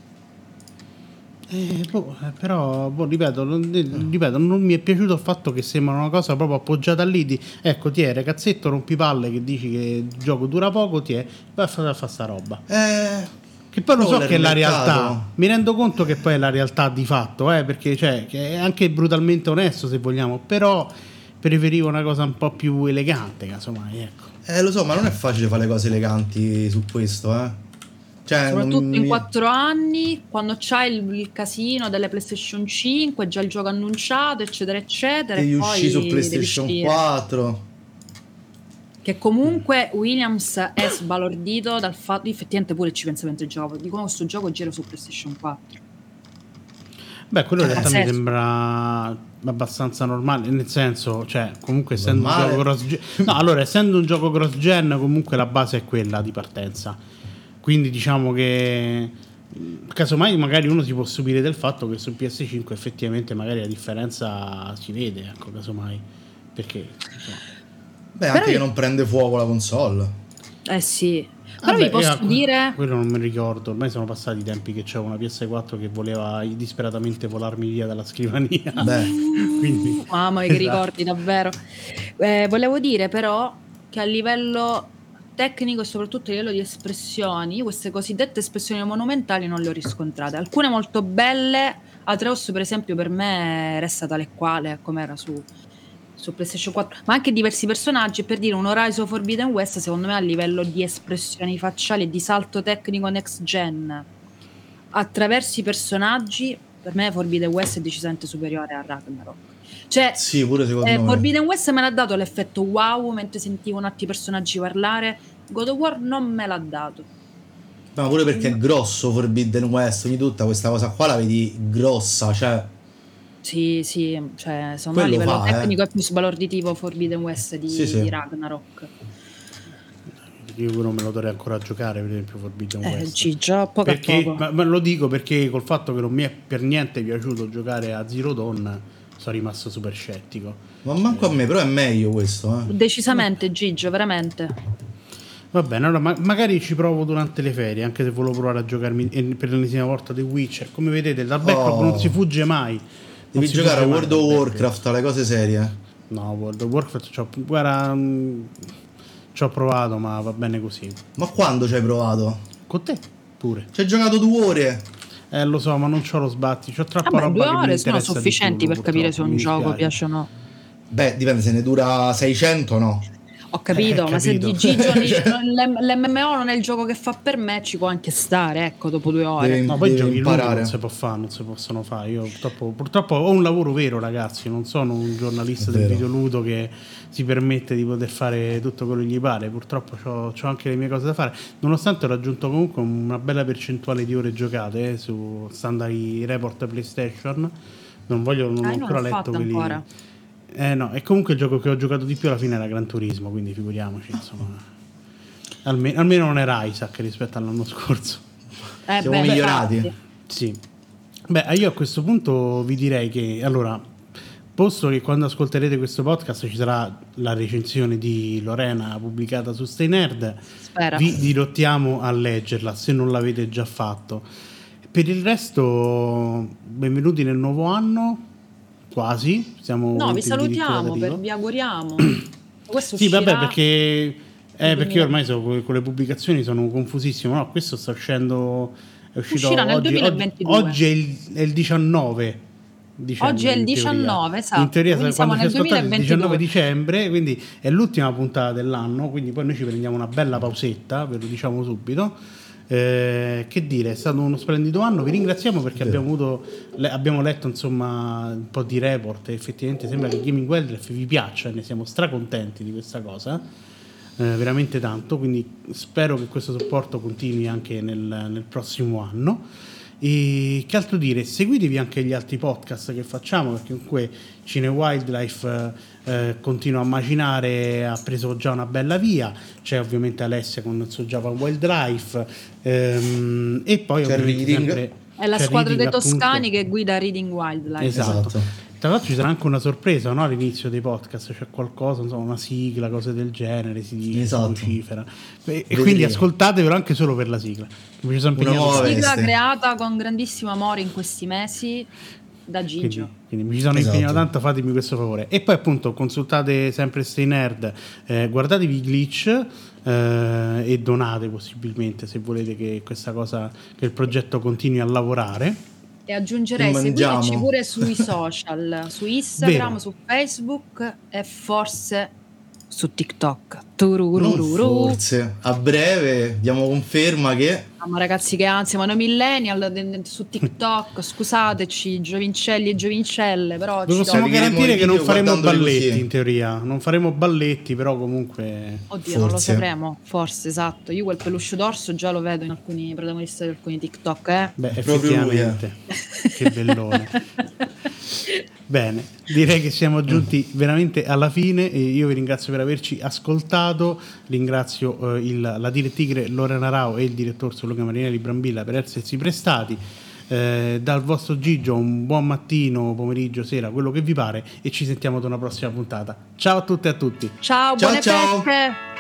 Speaker 2: Eh, boh, però, boh, ripeto, non, ripeto, non mi è piaciuto il fatto che sembra una cosa proprio appoggiata lì di, ecco, ti è, ragazzetto rompipalle che dici che il gioco dura poco, ti è, vai a fare fa sta roba.
Speaker 1: Eh,
Speaker 2: che poi lo so che è la realtà, mi rendo conto che poi è la realtà di fatto, eh, perché cioè, che è anche brutalmente onesto se vogliamo, però preferivo una cosa un po' più elegante, casomai, ecco.
Speaker 1: Eh, lo so, ma non è facile fare le cose eleganti su questo, eh. Cioè,
Speaker 3: soprattutto
Speaker 1: non...
Speaker 3: in quattro anni, quando c'hai il, il casino delle PlayStation cinque, già il gioco annunciato, eccetera, eccetera.
Speaker 1: Devi
Speaker 3: e
Speaker 1: uscire su PlayStation quattro.
Speaker 3: Che comunque Williams è sbalordito dal fatto, effettivamente pure ci pensa mentre gioco, dicono che questo gioco gira su PlayStation quattro.
Speaker 2: Beh, quello in realtà mi sembra abbastanza normale, nel senso, cioè, comunque essendo normale. un gioco cross-gen, no, allora, essendo un gioco cross-gen, comunque la base è quella di partenza. Quindi diciamo che casomai magari uno si può stupire del fatto che su P S cinque effettivamente magari la differenza si vede, ecco, casomai, perché insomma.
Speaker 1: Beh, anche Però che io... non prende fuoco la console.
Speaker 3: Eh sì. Però vi posso
Speaker 2: ecco,
Speaker 3: dire,
Speaker 2: quello non mi ricordo, ormai sono passati i tempi che c'era una P S quattro che voleva disperatamente volarmi via dalla scrivania.
Speaker 1: Beh,
Speaker 3: quindi mamma mia, che esatto. ricordi davvero. Eh, volevo dire però che a livello tecnico e soprattutto a livello di espressioni, queste cosiddette espressioni monumentali non le ho riscontrate, alcune molto belle. Atreus per esempio per me resta tale e quale come era su, su PlayStation quattro, ma anche diversi personaggi. Per dire, un Horizon Forbidden West secondo me a livello di espressioni facciali e di salto tecnico next gen attraverso i personaggi, per me Forbidden West è decisamente superiore a Ragnarok. Cioè,
Speaker 1: sì, pure secondo
Speaker 3: eh,
Speaker 1: me.
Speaker 3: Forbidden West me l'ha dato l'effetto wow mentre sentivo un altro personaggi parlare. God of War non me l'ha dato.
Speaker 1: Ma pure perché è grosso Forbidden West, quindi tutta questa cosa qua la vedi grossa, cioè.
Speaker 3: Sì, sì, cioè secondo me a livello
Speaker 1: fa,
Speaker 3: tecnico
Speaker 1: eh.
Speaker 3: è più sbalorditivo Forbidden West di,
Speaker 1: sì, sì.
Speaker 3: di Ragnarok.
Speaker 2: Io non me lo dovrei ancora giocare, per esempio Forbidden
Speaker 3: eh,
Speaker 2: West.
Speaker 3: Ciccio, poco
Speaker 2: perché,
Speaker 3: a poco.
Speaker 2: Ma, ma lo dico perché col fatto che non mi è per niente piaciuto giocare a Zero Dawn sono rimasto super scettico.
Speaker 1: Ma manco
Speaker 2: eh.
Speaker 1: a me, però è meglio questo, eh.
Speaker 3: Decisamente, Gigio, veramente.
Speaker 2: Va bene, allora ma- magari ci provo durante le ferie, anche se volevo provare a giocarmi per l'ennesima volta The Witcher. Come vedete, dal backlog oh. non si fugge mai.
Speaker 1: Devi giocare a World of Warcraft, alle cose serie.
Speaker 2: No, World of Warcraft c'ho, guarda, mh, ci ho provato, ma va bene così.
Speaker 1: Ma quando ci hai provato?
Speaker 2: Con te pure.
Speaker 1: Ci hai giocato due ore.
Speaker 2: Eh, lo so, ma non c'ho lo sbatti, c'ho troppa
Speaker 3: Vabbè,
Speaker 2: roba
Speaker 3: due ore
Speaker 2: che
Speaker 3: sono sufficienti
Speaker 2: più,
Speaker 3: per capire se un gioco piace o no.
Speaker 1: Beh, dipende, se ne dura seicento no.
Speaker 3: Ho capito,
Speaker 2: eh,
Speaker 3: ma
Speaker 2: capito.
Speaker 3: se di Gigio l'M M O non è il gioco che fa per me, ci può anche stare, ecco, dopo due ore.
Speaker 1: Devi,
Speaker 2: no, poi giochi
Speaker 1: imparare.
Speaker 2: Non si può fare, non si possono fare. Io purtroppo, purtroppo ho un lavoro vero, ragazzi, non sono un giornalista del videoludo che si permette di poter fare tutto quello che gli pare. Purtroppo c'ho, c'ho anche le mie cose da fare, nonostante ho raggiunto comunque una bella percentuale di ore giocate eh, su standard i report PlayStation. Non voglio, non
Speaker 3: ah,
Speaker 2: ho ancora
Speaker 3: non
Speaker 2: letto quelli.
Speaker 3: Ancora.
Speaker 2: Eh no, e comunque il gioco che ho giocato di più alla fine era Gran Turismo, quindi figuriamoci, insomma. Almeno, almeno non era Isaac rispetto all'anno scorso.
Speaker 3: Eh
Speaker 1: Siamo
Speaker 3: beh,
Speaker 1: migliorati.
Speaker 3: infatti.
Speaker 2: Sì. Beh, io a questo punto vi direi che allora posto che quando ascolterete questo podcast ci sarà la recensione di Lorena pubblicata su Stay Nerd,
Speaker 3: Spera.
Speaker 2: vi dirottiamo a leggerla se non l'avete già fatto. Per il resto, benvenuti nel nuovo anno, quasi. Siamo
Speaker 3: No, vi
Speaker 2: in
Speaker 3: salutiamo,
Speaker 2: diritto
Speaker 3: per, vi auguriamo. Questo
Speaker 2: sì,
Speaker 3: uscirà...
Speaker 2: vabbè, perché eh, perché io ormai so, con le pubblicazioni sono confusissimo. No, questo sta uscendo, è uscito
Speaker 3: Uscirà nel
Speaker 2: oggi,
Speaker 3: duemilaventidue.
Speaker 2: oggi, oggi è il, è il diciannove dicembre,
Speaker 3: Oggi è il
Speaker 2: in teoria.
Speaker 3: diciannove, esatto.
Speaker 2: In teoria,
Speaker 3: Quindi
Speaker 2: quando
Speaker 3: siamo
Speaker 2: ci
Speaker 3: nel
Speaker 2: ascoltate è il diciannove
Speaker 3: duemilaventidue.
Speaker 2: dicembre, quindi è l'ultima puntata dell'anno, quindi poi noi ci prendiamo una bella pausetta, ve lo diciamo subito. Eh, che dire, è stato uno splendido anno, vi ringraziamo perché abbiamo avuto le, abbiamo letto insomma un po' di report e effettivamente sembra che Gaming Wildlife vi piaccia e ne siamo stracontenti di questa cosa, eh, veramente tanto, quindi spero che questo supporto continui anche nel, nel prossimo anno. E che altro dire, seguitevi anche gli altri podcast che facciamo, perché comunque Cine Wildlife eh, continua a macinare, ha preso già una bella via, c'è ovviamente Alessia con il suo Java Wildlife, ehm, e poi
Speaker 1: C'è
Speaker 2: ovviamente
Speaker 1: Reading.
Speaker 2: sempre
Speaker 3: È la
Speaker 2: c'è
Speaker 3: squadra
Speaker 2: Reading,
Speaker 3: dei toscani
Speaker 2: appunto.
Speaker 3: che guida Reading Wildlife.
Speaker 2: Esatto.
Speaker 1: Esatto.
Speaker 2: Tra l'altro ci sarà anche una sorpresa, no? All'inizio dei podcast c'è qualcosa, insomma, una sigla, cose del genere, si dice,
Speaker 1: Esatto.
Speaker 2: si vocifera. E, e
Speaker 1: Vedremo.
Speaker 2: quindi ascoltatevelo anche solo per la sigla. Mi ci sono
Speaker 1: Una
Speaker 2: impegnato
Speaker 1: nuova
Speaker 2: tanto.
Speaker 3: Sigla
Speaker 1: veste.
Speaker 3: creata con grandissimo amore in questi mesi da Gigio.
Speaker 2: Quindi, quindi mi ci sono
Speaker 1: Esatto.
Speaker 2: impegnato tanto, fatemi questo favore. E poi appunto consultate sempre Stay Nerd, eh, guardatevi Glitch eh, e donate possibilmente se volete che questa cosa, che il progetto continui a lavorare.
Speaker 3: E aggiungerei,
Speaker 1: Che mangiamo.
Speaker 3: seguiteci pure sui social, su Instagram,
Speaker 2: Vero.
Speaker 3: su Facebook e forse su TikTok.
Speaker 1: Non
Speaker 3: Tururururu.
Speaker 1: forse, a breve diamo conferma che
Speaker 3: Ah, ma ragazzi, che ansia, ma noi millennial de- de- su TikTok, scusateci, giovincelli e giovincelle, però
Speaker 2: Vi
Speaker 3: ci
Speaker 2: possiamo
Speaker 3: do-
Speaker 1: Caricheremo
Speaker 2: garantire
Speaker 1: i
Speaker 2: che non
Speaker 1: video
Speaker 2: faremo
Speaker 1: guardandoli
Speaker 2: balletti
Speaker 1: così.
Speaker 2: in teoria, non faremo balletti, però comunque
Speaker 3: Oddio, non lo
Speaker 1: Forse.
Speaker 3: sapremo, forse, esatto. Io quel peluche d'orso già lo vedo in alcuni protagonisti di alcuni TikTok, eh.
Speaker 2: beh,
Speaker 1: Proprio lui,
Speaker 2: effettivamente che bellone. Bene, direi che siamo giunti veramente alla fine e io vi ringrazio per averci ascoltato, ringrazio eh, il, la direttrice Lorena Rao e il direttore Luca Marinelli Brambilla per essersi prestati. Eh, dal vostro Gigio un buon mattino, pomeriggio, sera, quello che vi pare, e ci sentiamo ad una prossima puntata. Ciao a tutte e a tutti.
Speaker 3: Ciao,
Speaker 1: Ciao,
Speaker 3: buone
Speaker 1: ciao.
Speaker 3: feste!